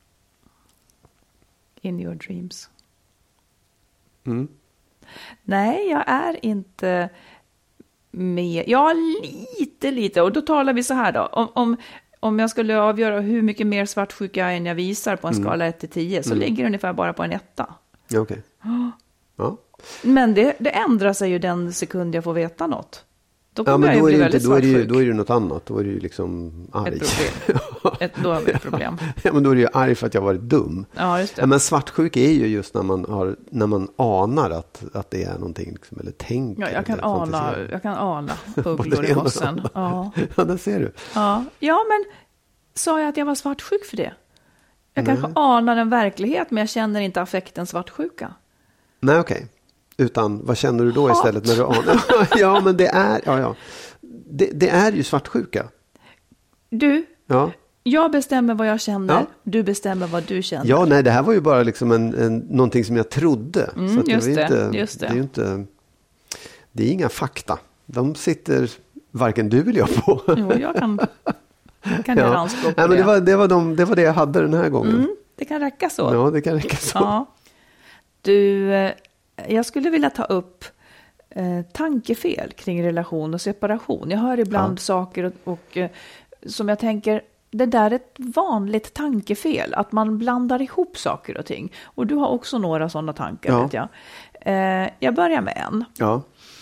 [SPEAKER 4] In your dreams.
[SPEAKER 5] Mm.
[SPEAKER 4] Nej, jag är inte med. Ja, lite. Och då talar vi så här då. Om jag skulle avgöra hur mycket mer svartsjuk jag är än jag visar på en skala 1-10 så ligger det ungefär bara på en 1.
[SPEAKER 5] Ja, okej. Ja.
[SPEAKER 4] Men det ändrar sig ju den sekund jag får veta något. Då kommer
[SPEAKER 5] men
[SPEAKER 4] jag
[SPEAKER 5] då
[SPEAKER 4] ju bli
[SPEAKER 5] är det
[SPEAKER 4] väldigt
[SPEAKER 5] inte,
[SPEAKER 4] svartsjuk.
[SPEAKER 5] då är det något annat. Då är det ju liksom arg.
[SPEAKER 4] Ett problem. Då har vi ett problem.
[SPEAKER 5] Ja, men då är det ju arg för att jag varit dum.
[SPEAKER 4] Ja, just det.
[SPEAKER 5] Ja, men svartsjuk är ju just när man anar att det är någonting liksom, eller tänker.
[SPEAKER 4] Ja, jag kan ana bubblor i mossen. Ja.
[SPEAKER 5] Ja, det ser du.
[SPEAKER 4] Ja, men sa jag att jag var svartsjuk för det? Jag kanske anar en verklighet, men jag känner inte affekten svartsjuka.
[SPEAKER 5] Nej, okej. Utan vad känner du då istället när du anar? Ja, men det är det är ju svartsjuka.
[SPEAKER 4] Du, jag bestämmer vad jag känner, du bestämmer vad du känner.
[SPEAKER 5] Ja, nej, det här var ju bara liksom någonting som jag trodde. Så att
[SPEAKER 4] just det.
[SPEAKER 5] Det är ju inte, det är inga fakta. De sitter varken du eller jag på.
[SPEAKER 4] Jo, jag kan göra anspråk på
[SPEAKER 5] nej, men det var det jag hade den här gången.
[SPEAKER 4] Det kan räcka så.
[SPEAKER 5] Ja, det kan räcka så.
[SPEAKER 4] Ja. Du, jag skulle vilja ta upp tankefel kring relation och separation. Jag hör ibland saker och som jag tänker, det där är ett vanligt tankefel. Att man blandar ihop saker och ting. Och du har också några sådana tankar, vet jag. Jag börjar med en.
[SPEAKER 5] Ja.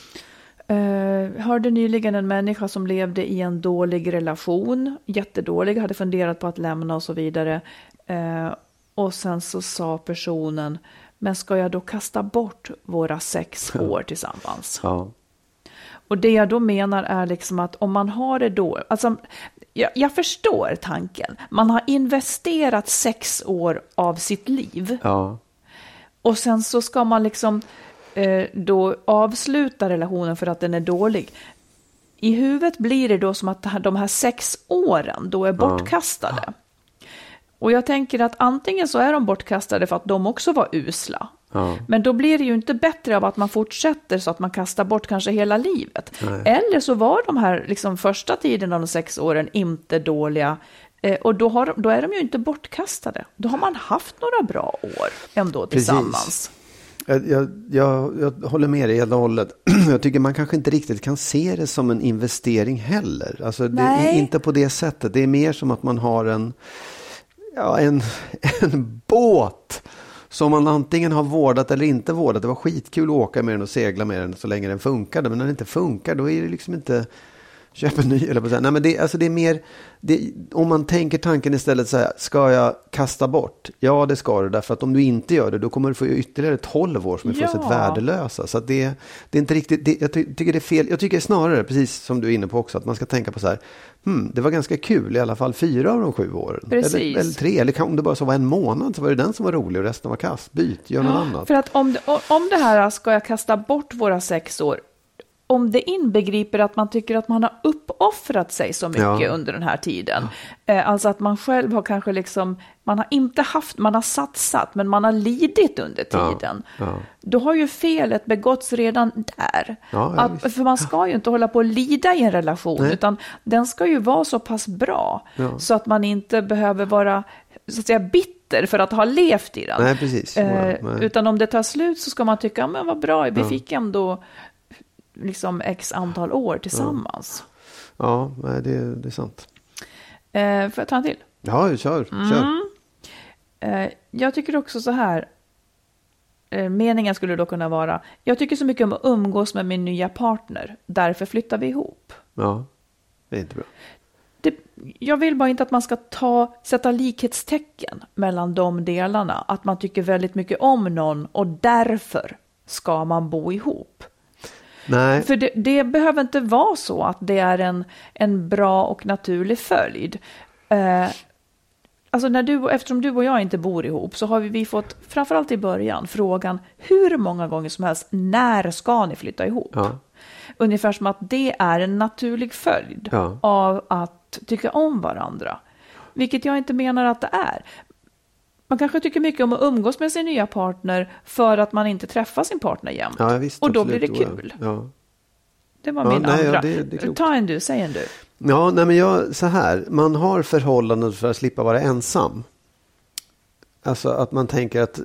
[SPEAKER 4] Hörde nyligen en människa som levde i en dålig relation. Jättedålig, hade funderat på att lämna och så vidare. Och sen så sa personen, men ska jag då kasta bort våra 6 år tillsammans?
[SPEAKER 5] Ja.
[SPEAKER 4] Och det jag då menar är liksom att om man har det då, alltså jag förstår tanken. Man har investerat 6 år av sitt liv.
[SPEAKER 5] Ja.
[SPEAKER 4] Och sen så ska man liksom då avsluta relationen för att den är dålig. I huvudet blir det då som att de här 6 åren då är bortkastade. Och jag tänker att antingen så är de bortkastade för att de också var usla. Ja. Men då blir det ju inte bättre av att man fortsätter så att man kastar bort kanske hela livet. Nej. Eller så var de här liksom första tiden av de 6 åren inte dåliga. Och då är de ju inte bortkastade. Då har man haft några bra år ändå tillsammans.
[SPEAKER 5] Jag håller med dig helt och hållet. Jag tycker man kanske inte riktigt kan se det som en investering heller. Alltså det är inte på det sättet. Det är mer som att man har en båt som man antingen har vårdat eller inte vårdat. Det var skitkul att åka med den och segla med den så länge den funkade. Men när den inte funkar, då är det liksom inte köp en ny eller på så här. Nej, men det är mer om man tänker tanken istället så här, ska jag kasta bort? Ja, det ska du, därför att om du inte gör det, då kommer du få ytterligare 12 år som är fullständigt värdelösa. Så att det är inte riktigt, jag tycker det är fel. Jag tycker snarare, precis som du är inne på också, att man ska tänka på så här, det var ganska kul i alla fall 4 av de 7 åren.
[SPEAKER 4] Precis.
[SPEAKER 5] Eller 3, eller om det bara så var en månad så var det den som var rolig och resten var kast. Byt, gör något annat.
[SPEAKER 4] För att om det här ska jag kasta bort våra 6 år, om det inbegriper att man tycker att man har uppoffrat sig så mycket under den här tiden. Alltså att man själv har kanske liksom, man har satsat men man har lidit under tiden. Då har ju felet begåtts redan där. För man ska ju inte hålla på att lida i en relation. Utan den ska ju vara så pass bra så att man inte behöver vara så att säga bitter för att ha levt i den.
[SPEAKER 5] Nej, precis.
[SPEAKER 4] Utan om det tar slut så ska man tycka, men vad bra, vi fick ändå liksom x antal år tillsammans.
[SPEAKER 5] Ja, det är sant.
[SPEAKER 4] Får jag ta en till?
[SPEAKER 5] Ja, kör.
[SPEAKER 4] Jag tycker också så här, meningen skulle då kunna vara, jag tycker så mycket om att umgås med min nya partner, därför flyttar vi ihop.
[SPEAKER 5] Ja, det är inte bra.
[SPEAKER 4] Jag vill bara inte att man ska sätta likhetstecken mellan de delarna, att man tycker väldigt mycket om någon och därför ska man bo ihop.
[SPEAKER 5] Nej.
[SPEAKER 4] För det behöver inte vara så att det är en bra och naturlig följd. Alltså eftersom du och jag inte bor ihop så har vi fått, framförallt i början, frågan hur många gånger som helst, när ska ni flytta ihop? Ja. Ungefär som att det är en naturlig följd av att tycka om varandra. Vilket jag inte menar att det är. Man kanske tycker mycket om att umgås med sin nya partner för att man inte träffar sin partner jämt.
[SPEAKER 5] Ja, visst,
[SPEAKER 4] och då
[SPEAKER 5] absolut,
[SPEAKER 4] blir det kul.
[SPEAKER 5] Ja.
[SPEAKER 4] Det var min andra.
[SPEAKER 5] Det är
[SPEAKER 4] Ta en du, säg en du.
[SPEAKER 5] Ja, nej men så här. Man har förhållanden för att slippa vara ensam. Alltså att man tänker att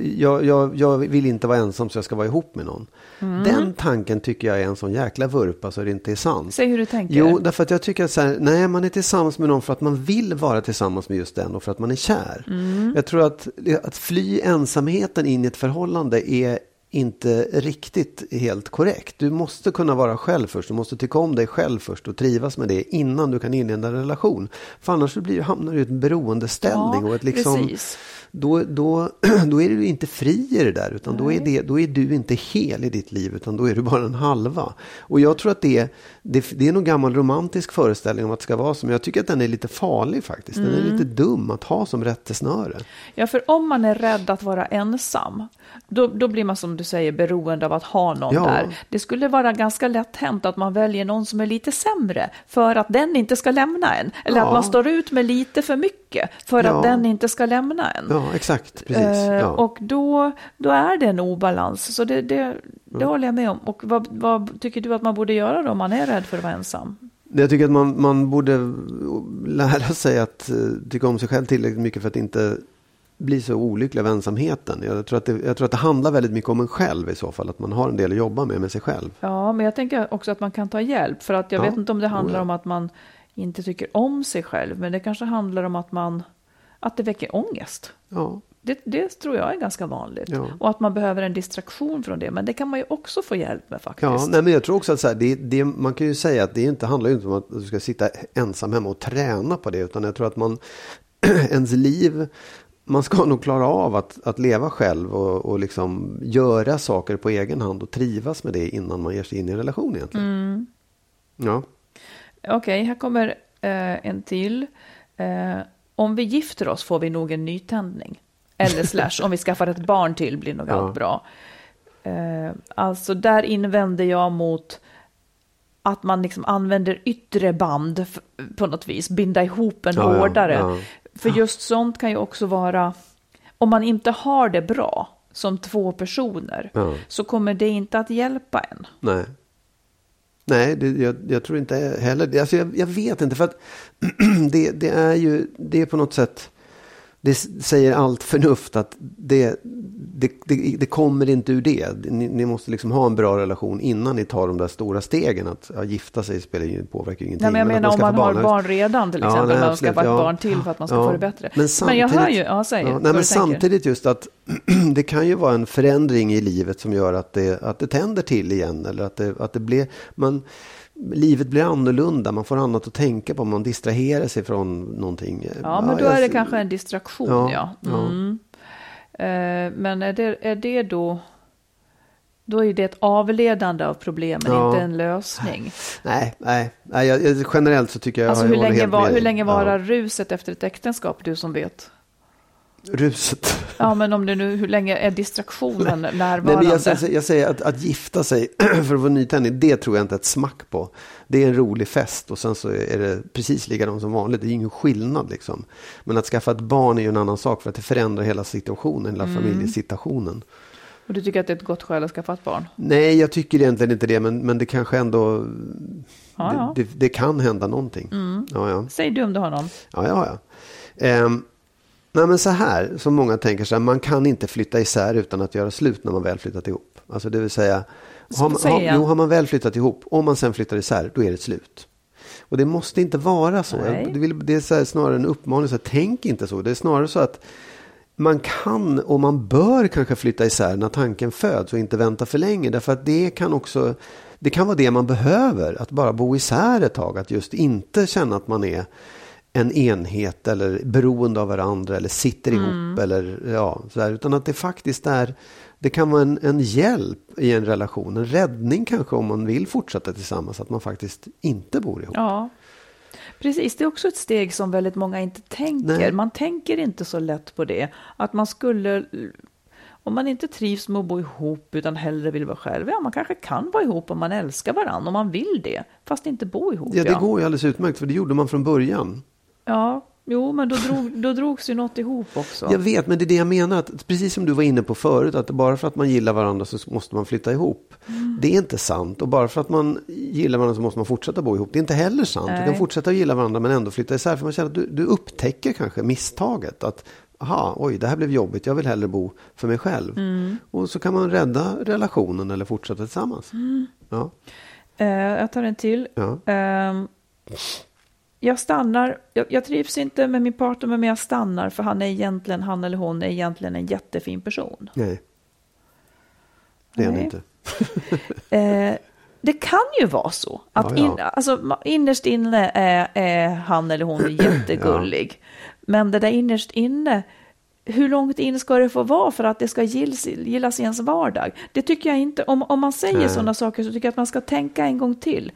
[SPEAKER 5] jag vill inte vara ensam så jag ska vara ihop med någon. Den tanken tycker jag är en sån jäkla vurpa så det inte är sant.
[SPEAKER 4] Säg hur du tänker.
[SPEAKER 5] Jo, därför att jag tycker att så här, nej, man är tillsammans med någon för att man vill vara tillsammans med just den och för att man är kär. Jag tror att fly ensamheten in i ett förhållande är inte riktigt helt korrekt. Du måste kunna vara själv först. Du måste tycka om dig själv först och trivas med det innan du kan inleda en relation. För annars hamnar du i ett beroendeställning och ett liksom, då är du inte fri i det där, utan då är du inte hel i ditt liv, utan då är du bara en halva. Och jag tror att det är någon gammal romantisk föreställning om att det ska vara som. Jag tycker att den är lite farlig faktiskt. Den är lite dum att ha som rättesnöre.
[SPEAKER 4] Ja, för om man är rädd att vara ensam, då blir man som du säger beroende av att ha någon där. Det skulle vara ganska lätt hänt att man väljer någon som är lite sämre för att den inte ska lämna en. Eller att man står ut med lite för mycket för att den inte ska lämna en.
[SPEAKER 5] Ja, exakt. Precis.
[SPEAKER 4] Och då är det en obalans. Så det håller jag med om. Och vad tycker du att man borde göra då om man är rädd för att vara ensam?
[SPEAKER 5] Jag tycker att man borde lära sig att tycka om sig själv tillräckligt mycket för att inte bli så olycklig av ensamheten. Jag tror att det handlar väldigt mycket om en själv i så fall. Att man har en del att jobba med sig själv. Ja,
[SPEAKER 4] men jag tänker också att man kan ta hjälp. För att jag vet inte om det handlar om att man inte tycker om sig själv. Men det kanske handlar om att det väcker ångest. Ja. Det tror jag är ganska vanligt. Ja. Och att man behöver en distraktion från det. Men det kan man ju också få hjälp med faktiskt.
[SPEAKER 5] Ja, nej, men jag tror också att så här, man kan ju säga att det handlar ju inte om att du ska sitta ensam hemma och träna på det. Utan jag tror att ens liv, man ska nog klara av att leva själv och liksom göra saker på egen hand och trivas med det innan man ger sig in i en relation egentligen. Ja.
[SPEAKER 4] Okej, här kommer en till. Om vi gifter oss får vi nog en nytändning. Eller om vi skaffar ett barn till blir nog allt bra. Alltså där invänder jag mot att man liksom använder yttre band på något vis. Binda ihop en hårdare. Ja. För just sånt kan ju också vara, om man inte har det bra som två personer så kommer det inte att hjälpa en.
[SPEAKER 5] Nej, jag tror inte heller. Alltså jag vet inte, för att det är på något sätt, det säger allt förnuft att det kommer inte ur det. Ni måste liksom ha en bra relation innan ni tar de där stora stegen. Att gifta sig påverkar ju ingenting.
[SPEAKER 4] Nej, men jag menar om man har barn redan till exempel. Man ska få ett barn till för att man ska få det bättre. Men jag hör ju,
[SPEAKER 5] men samtidigt just att det kan ju vara en förändring i livet som gör att det tänder till igen. Eller att det blir... Livet blir annorlunda, man får annat att tänka på, man distraherar sig från någonting.
[SPEAKER 4] Ja, men då är det kanske en distraktion, men är det då är det ett avledande av problemen, inte en lösning.
[SPEAKER 5] Nej, generellt så tycker jag...
[SPEAKER 4] Alltså hur länge varar ruset efter ett äktenskap, du som vet?
[SPEAKER 5] Ruset.
[SPEAKER 4] Ja, men om det nu, hur länge är distraktionen närvarande?
[SPEAKER 5] Nej, men jag säger att gifta sig för att få nytändning, det tror jag inte ett smack på. Det är en rolig fest och sen så är det precis likadant som vanligt. Det är ingen skillnad liksom. Men att skaffa ett barn är ju en annan sak, för att det förändrar hela situationen, hela familjesituationen.
[SPEAKER 4] Och du tycker att det är ett gott skäl att skaffa ett barn?
[SPEAKER 5] Nej, jag tycker egentligen inte det, men det kanske ändå... Det kan hända någonting.
[SPEAKER 4] Säg du om du har någon.
[SPEAKER 5] Ja. Nej, men så här, som många tänker så här, man kan inte flytta isär utan att göra slut när man väl flyttat ihop. Alltså det vill säga, har man väl flyttat ihop, om man sen flyttar isär, då är det slut. Och det måste inte vara så. Det är så här, snarare en uppmaning, så här, tänk inte så. Det är snarare så att man kan och man bör kanske flytta isär när tanken föds och inte vänta för länge. Därför att det kan vara det man behöver, att bara bo isär ett tag. Att just inte känna att man är en enhet eller beroende av varandra eller sitter ihop eller sådär, utan att det faktiskt det kan vara en hjälp i en relation, en räddning kanske om man vill fortsätta tillsammans, att man faktiskt inte bor ihop.
[SPEAKER 4] Ja, precis. Det är också ett steg som väldigt många inte tänker. Nej. Man tänker inte så lätt på det, att man skulle, om man inte trivs med att bo ihop utan hellre vill vara själv, man kanske kan vara ihop om man älskar varandra, om man vill det, fast inte bo ihop.
[SPEAKER 5] Ja, det går ju alldeles utmärkt, för det gjorde man från början.
[SPEAKER 4] Ja, Jo, men då drogs ju något ihop också.
[SPEAKER 5] Jag vet, men det är det jag menar. Att, precis som du var inne på förut, att bara för att man gillar varandra så måste man flytta ihop. Det är inte sant. Och bara för att man gillar varandra så måste man fortsätta bo ihop. Det är inte heller sant.
[SPEAKER 4] Nej.
[SPEAKER 5] Du kan fortsätta att gilla varandra men ändå flytta isär. För man känner att du upptäcker kanske misstaget. Att, det här blev jobbigt. Jag vill hellre bo för mig själv. Och så kan man rädda relationen eller fortsätta tillsammans. Ja.
[SPEAKER 4] Jag tar en till.
[SPEAKER 5] Ja.
[SPEAKER 4] Jag stannar. Jag trivs inte med min partner, men jag stannar för han eller hon är egentligen en jättefin person.
[SPEAKER 5] Nej. Det är han inte.
[SPEAKER 4] Det kan ju vara så att innerst inne är han eller hon jättegullig. Men det där innerst inne, hur långt in ska det få vara för att det ska gillas i ens vardag? Det tycker jag inte. Om man säger sådana saker så tycker jag att man ska tänka en gång till.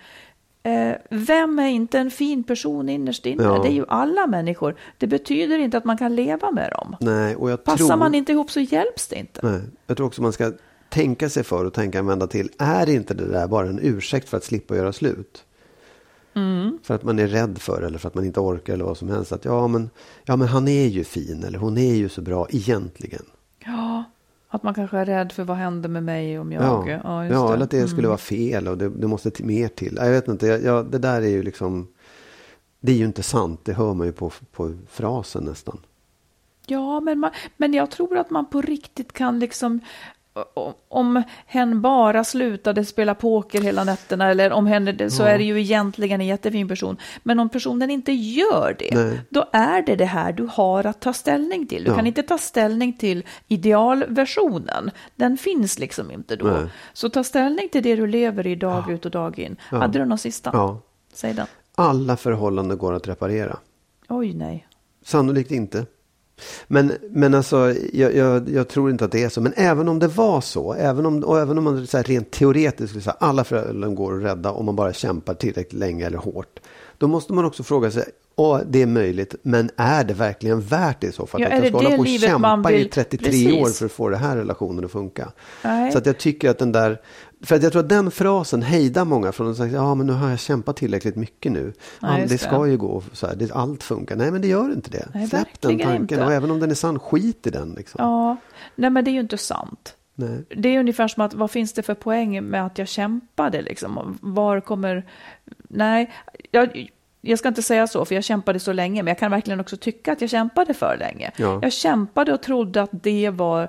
[SPEAKER 4] Vem är inte en fin person innerst inne? Det är ju alla människor. Det betyder inte att man kan leva med dem.
[SPEAKER 5] Nej, och
[SPEAKER 4] Passar man inte ihop så hjälps det inte.
[SPEAKER 5] Nej, jag tror också man ska tänka sig för och tänka en vända till. Är inte det där bara en ursäkt för att slippa göra slut? För att man är rädd för eller för att man inte orkar eller vad som helst. Att men han är ju fin eller hon är ju så bra egentligen.
[SPEAKER 4] Ja, att man kanske är rädd för vad händer med mig om jag...
[SPEAKER 5] Ja, eller att det skulle vara fel och det måste mer till. Jag vet inte, det där är ju liksom... Det är ju inte sant, det hör man ju på frasen nästan. Ja,
[SPEAKER 4] men jag tror att man på riktigt kan liksom... Om hen bara slutade spela poker hela nätterna eller om henne så är det ju egentligen en jättefin person. Men om personen inte gör det, då är det här du har att ta ställning till. Du kan inte ta ställning till idealversionen. Den finns liksom inte då. Nej. Så ta ställning till det du lever i dag ut och dag in. Hade du någon sista?
[SPEAKER 5] Ja.
[SPEAKER 4] Säg den.
[SPEAKER 5] Alla förhållanden går att reparera.
[SPEAKER 4] Oj, nej.
[SPEAKER 5] Sannolikt inte. Men alltså, jag tror inte att det är så. Men även om det var så, även om man så här rent teoretiskt skulle säga alla förhållanden går att rädda om man bara kämpar tillräckligt länge eller hårt. Då måste man också fråga sig, det är möjligt, men är det verkligen värt det i så fall? Att jag ska hålla på och kämpa i 33 år för att få den här relationen att funka. Nej. Så att jag tycker att den där... För att jag tror att den frasen hejdar många från att säga, men nu har jag kämpat tillräckligt mycket nu. Det ska ju gå så här, allt funkar. Nej, men det gör inte det.
[SPEAKER 4] Nej,
[SPEAKER 5] släpp den tanken inte. Och även om den är sann, skit i den. Liksom.
[SPEAKER 4] Ja, nej men det är ju inte sant.
[SPEAKER 5] Nej.
[SPEAKER 4] Det är ungefär som att, vad finns det för poäng med att jag kämpade liksom? Var kommer... Nej, jag ska inte säga så, för jag kämpade så länge, men jag kan verkligen också tycka att jag kämpade för länge. Ja. Jag kämpade och trodde att det var...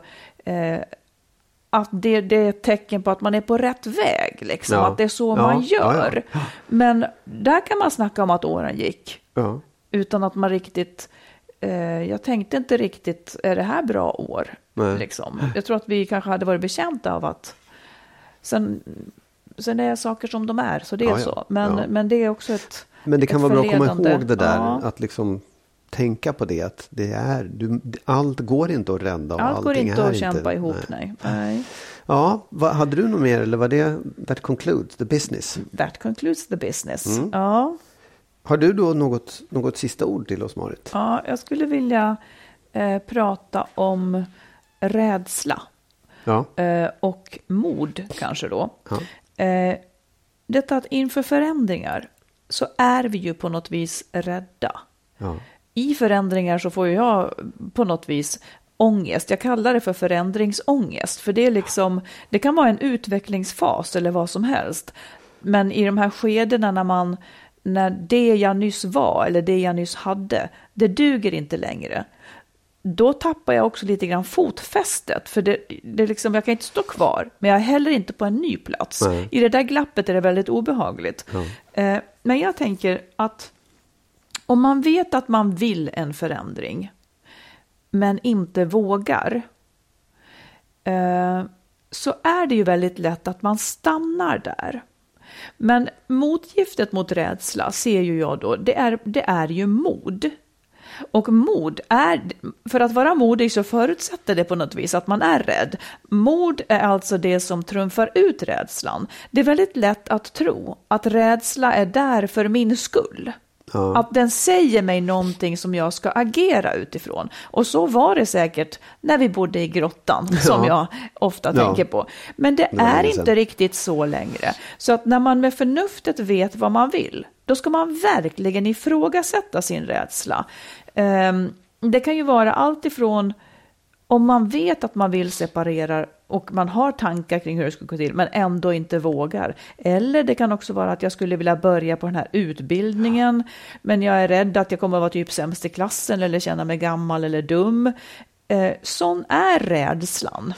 [SPEAKER 4] att det är ett tecken på att man är på rätt väg. Liksom. Att det är så man gör. Ja. Men där kan man snacka om att åren gick. Ja. Utan att man riktigt... jag tänkte inte riktigt, är det här bra år? Liksom. Jag tror att vi kanske hade varit bekänta av att... Sen är saker som de är, så det är så. Men det är också ett...
[SPEAKER 5] Men det kan vara bra att komma ihåg det där. Att liksom... tänka på det, att allt går inte att rädda och
[SPEAKER 4] allt går inte att kämpa
[SPEAKER 5] inte,
[SPEAKER 4] ihop, nej.
[SPEAKER 5] Ja, hade du något mer eller var det that concludes the business?
[SPEAKER 4] That concludes the business, ja.
[SPEAKER 5] Har du då något sista ord till oss, Marit?
[SPEAKER 4] Ja, jag skulle vilja prata om rädsla och mod kanske då. Ja. Detta att inför förändringar så är vi ju på något vis rädda. Ja. I förändringar så får jag på något vis ångest. Jag kallar det för förändringsångest. För det är liksom, det kan vara en utvecklingsfas eller vad som helst. Men i de här skedena när det jag nyss var eller det jag nyss hade, det duger inte längre. Då tappar jag också lite grann fotfästet. För det liksom, jag kan inte stå kvar. Men jag är heller inte på en ny plats. Nej. I det där glappet är det väldigt obehagligt. Ja. Men jag tänker att om man vet att man vill en förändring men inte vågar, så är det ju väldigt lätt att man stannar där. Men motgiftet mot rädsla ser ju jag då, det är ju mod. Och mod är, för att vara modig så förutsätter det på något vis att man är rädd. Mod är alltså det som trumfar ut rädslan. Det är väldigt lätt att tro att rädsla är där för min skull. Ja. Att den säger mig någonting som jag ska agera utifrån. Och så var det säkert när vi bodde i grottan, som jag ofta tänker på. Men det är inte riktigt så längre. Så att när man med förnuftet vet vad man vill, då ska man verkligen ifrågasätta sin rädsla. Det kan ju vara allt ifrån om man vet att man vill separera och man har tankar kring hur det ska gå till men ändå inte vågar. Eller det kan också vara att jag skulle vilja börja på den här utbildningen men jag är rädd att jag kommer att vara typ sämst i klassen eller känna mig gammal eller dum. Sån är rädslan.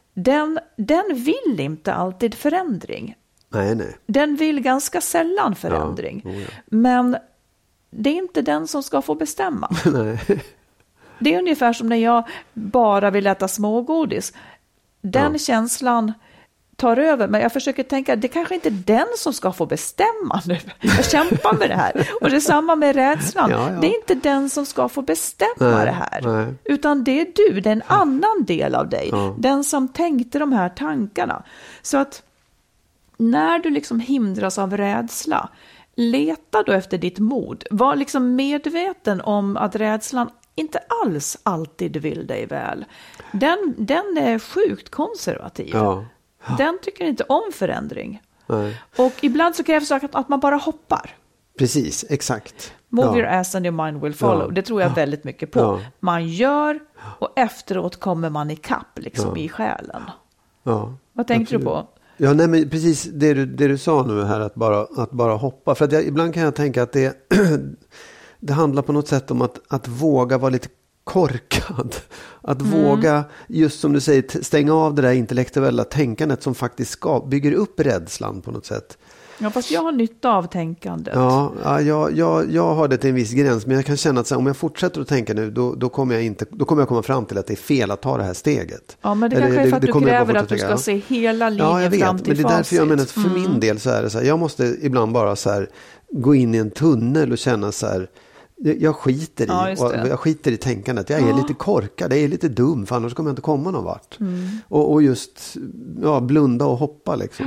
[SPEAKER 4] Den vill inte alltid förändring.
[SPEAKER 5] Nej.
[SPEAKER 4] Den vill ganska sällan förändring. Ja. Men det är inte den som ska få bestämma.
[SPEAKER 5] Nej.
[SPEAKER 4] Det är ungefär som när jag bara vill äta smågodis. Den känslan tar över. Men jag försöker tänka, det kanske inte är den som ska få bestämma nu. Jag kämpar med det här. Och det är samma med rädslan. Det är inte den som ska få bestämma det här. Nej. Utan det är du, det är en annan del av dig. Den som tänkte de här tankarna. Så att när du liksom hindras av rädsla, leta då efter ditt mod. Var liksom medveten om att rädslan inte alls alltid vill dig väl. Den är sjukt konservativ. Ja. Den tycker inte om förändring. Nej. Och ibland så krävs det att man bara hoppar.
[SPEAKER 5] Precis, exakt.
[SPEAKER 4] Move your ass and your mind will follow. Ja. Det tror jag väldigt mycket på. Ja. Man gör och efteråt kommer man i kapp liksom i själen. Ja. Vad tänkte du på?
[SPEAKER 5] Ja, nej, men precis det du sa nu här, att bara hoppa. För att ibland kan jag tänka att det handlar på något sätt om att våga vara lite korkad. Att våga, just som du säger, stänga av det där intellektuella tänkandet som faktiskt bygger upp rädslan på något sätt.
[SPEAKER 4] Ja, fast jag har nytta av tänkandet.
[SPEAKER 5] Ja, jag har det till en viss gräns. Men jag kan känna att så här, om jag fortsätter att tänka nu, då kommer jag komma fram till att det är fel att ta det här steget.
[SPEAKER 4] Ja, men det kanske är för att du kräver att du ska se hela linjen fram till facit.
[SPEAKER 5] Men det är därför jag menar att för min del så är det så här, jag måste ibland bara så här gå in i en tunnel och känna så här, jag skiter i tänkandet. Jag är lite korkad, jag är lite dum, för annars kommer jag inte komma någon vart. Och just blunda och hoppa liksom.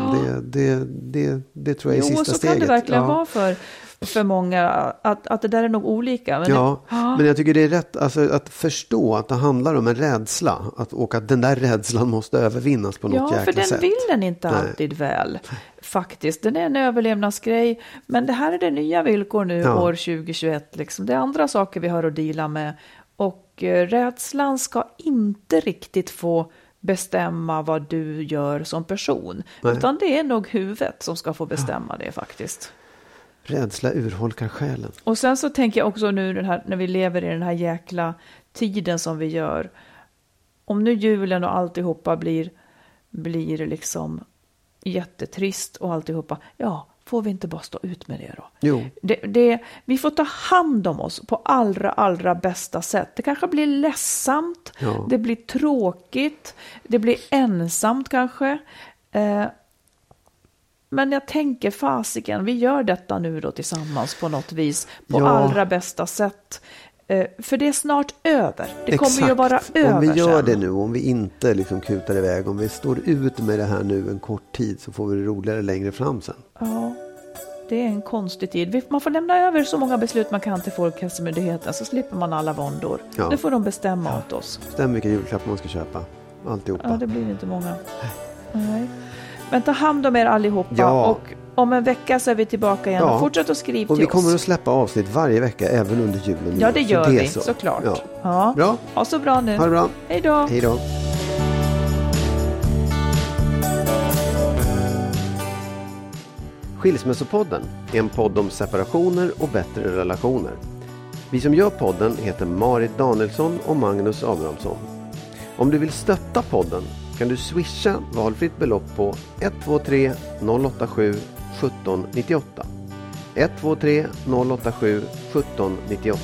[SPEAKER 5] Det tror jag är sista steget.
[SPEAKER 4] Så kan det verkligen vara för många att det där är nog olika. Men
[SPEAKER 5] men jag tycker det är rätt att förstå att det handlar om en rädsla och att den där rädslan måste övervinnas på något jäkla sätt. Ja, för den
[SPEAKER 4] vill den inte alltid väl. Faktiskt, den är en överlevnadsgrej, men det här är det nya villkor nu år 2021 liksom. Det är andra saker vi har att dela med och rädslan ska inte riktigt få bestämma vad du gör som person. Nej. Utan det är nog huvudet som ska få bestämma det faktiskt.
[SPEAKER 5] Rädsla urholkar själen.
[SPEAKER 4] Och sen så tänker jag också nu när vi lever i den här jäkla tiden som vi gör. Om nu julen och alltihopa blir liksom jättetrist och alltihopa. Ja, får vi inte bara stå ut med det då?
[SPEAKER 5] Jo.
[SPEAKER 4] Vi får ta hand om oss på allra bästa sätt. Det kanske blir ledsamt. Ja. Det blir tråkigt. Det blir ensamt kanske. Men jag tänker fasiken, vi gör detta nu då tillsammans på något vis. På allra bästa sätt. För det är snart över. Det kommer ju vara över.
[SPEAKER 5] Om vi gör
[SPEAKER 4] sen.
[SPEAKER 5] Det nu, om vi inte liksom kutar iväg, om vi står ut med det här nu en kort tid, så får vi det roligare längre fram sen.
[SPEAKER 4] Ja, det är en konstig tid. Man får lämna över så många beslut man kan till Folkhälsomyndigheten, så slipper man alla våndor. Ja. Nu får de bestämma åt oss.
[SPEAKER 5] Bestäm vilka julklappar man ska köpa. Alltihopa.
[SPEAKER 4] Ja, det blir inte många. Nej. Men ta hand om er allihopa och om en vecka så är vi tillbaka igen och fortsätt att skriva till oss.
[SPEAKER 5] Och vi kommer att släppa avsnitt varje vecka även under julen.
[SPEAKER 4] Ja, det gör vi såklart. Ja.
[SPEAKER 5] Bra.
[SPEAKER 4] Ha så bra nu.
[SPEAKER 5] Ha det bra.
[SPEAKER 4] Hej då.
[SPEAKER 5] Hej då. Skilsmässopodden är en podd om separationer och bättre relationer. Vi som gör podden heter Marit Danielsson och Magnus Abrahamsson. Om du vill stötta podden kan du swisha valfritt belopp på 123 087 1798. 123 087 1798.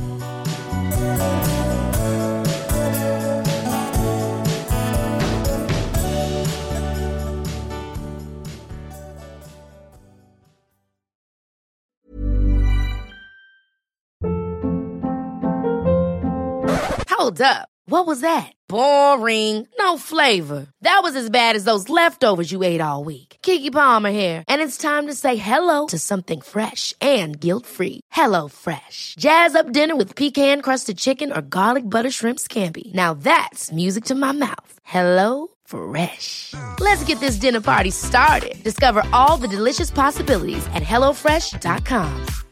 [SPEAKER 1] Hold up. What was that? Boring. No flavor. That was as bad as those leftovers you ate all week. Keke Palmer here, and it's time to say hello to something fresh and guilt-free. Hello Fresh. Jazz up dinner with pecan-crusted chicken or garlic butter shrimp scampi. Now that's music to my mouth. Hello Fresh. Let's get this dinner party started. Discover all the delicious possibilities at hellofresh.com.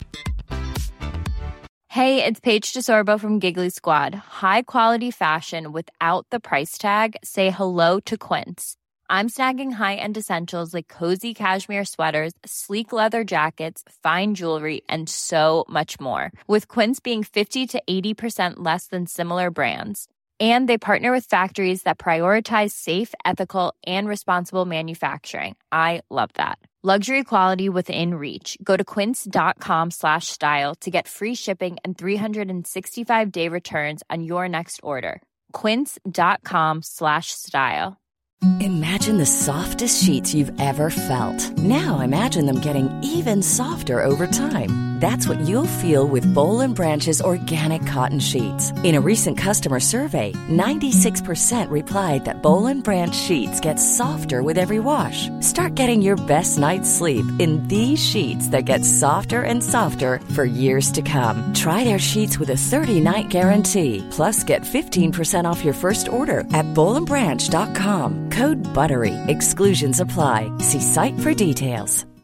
[SPEAKER 9] Hey, it's Paige DeSorbo from Giggly Squad. High quality fashion without the price tag. Say hello to Quince. I'm snagging high-end essentials like cozy cashmere sweaters, sleek leather jackets, fine jewelry, and so much more. With Quince being 50 to 80% less than similar brands. And they partner with factories that prioritize safe, ethical, and responsible manufacturing. I love that. Luxury quality within reach. Go to quince.com/style to get free shipping and 365-day returns on your next order. Quince.com/style.
[SPEAKER 10] Imagine the softest sheets you've ever felt. Now imagine them getting even softer over time. That's what you'll feel with Boll & Branch's organic cotton sheets. In a recent customer survey, 96% replied that Boll & Branch sheets get softer with every wash. Start getting your best night's sleep in these sheets that get softer and softer for years to come. Try their sheets with a 30-night guarantee. Plus, get 15% off your first order at bollandbranch.com. Code BUTTERY. Exclusions apply. See site for details.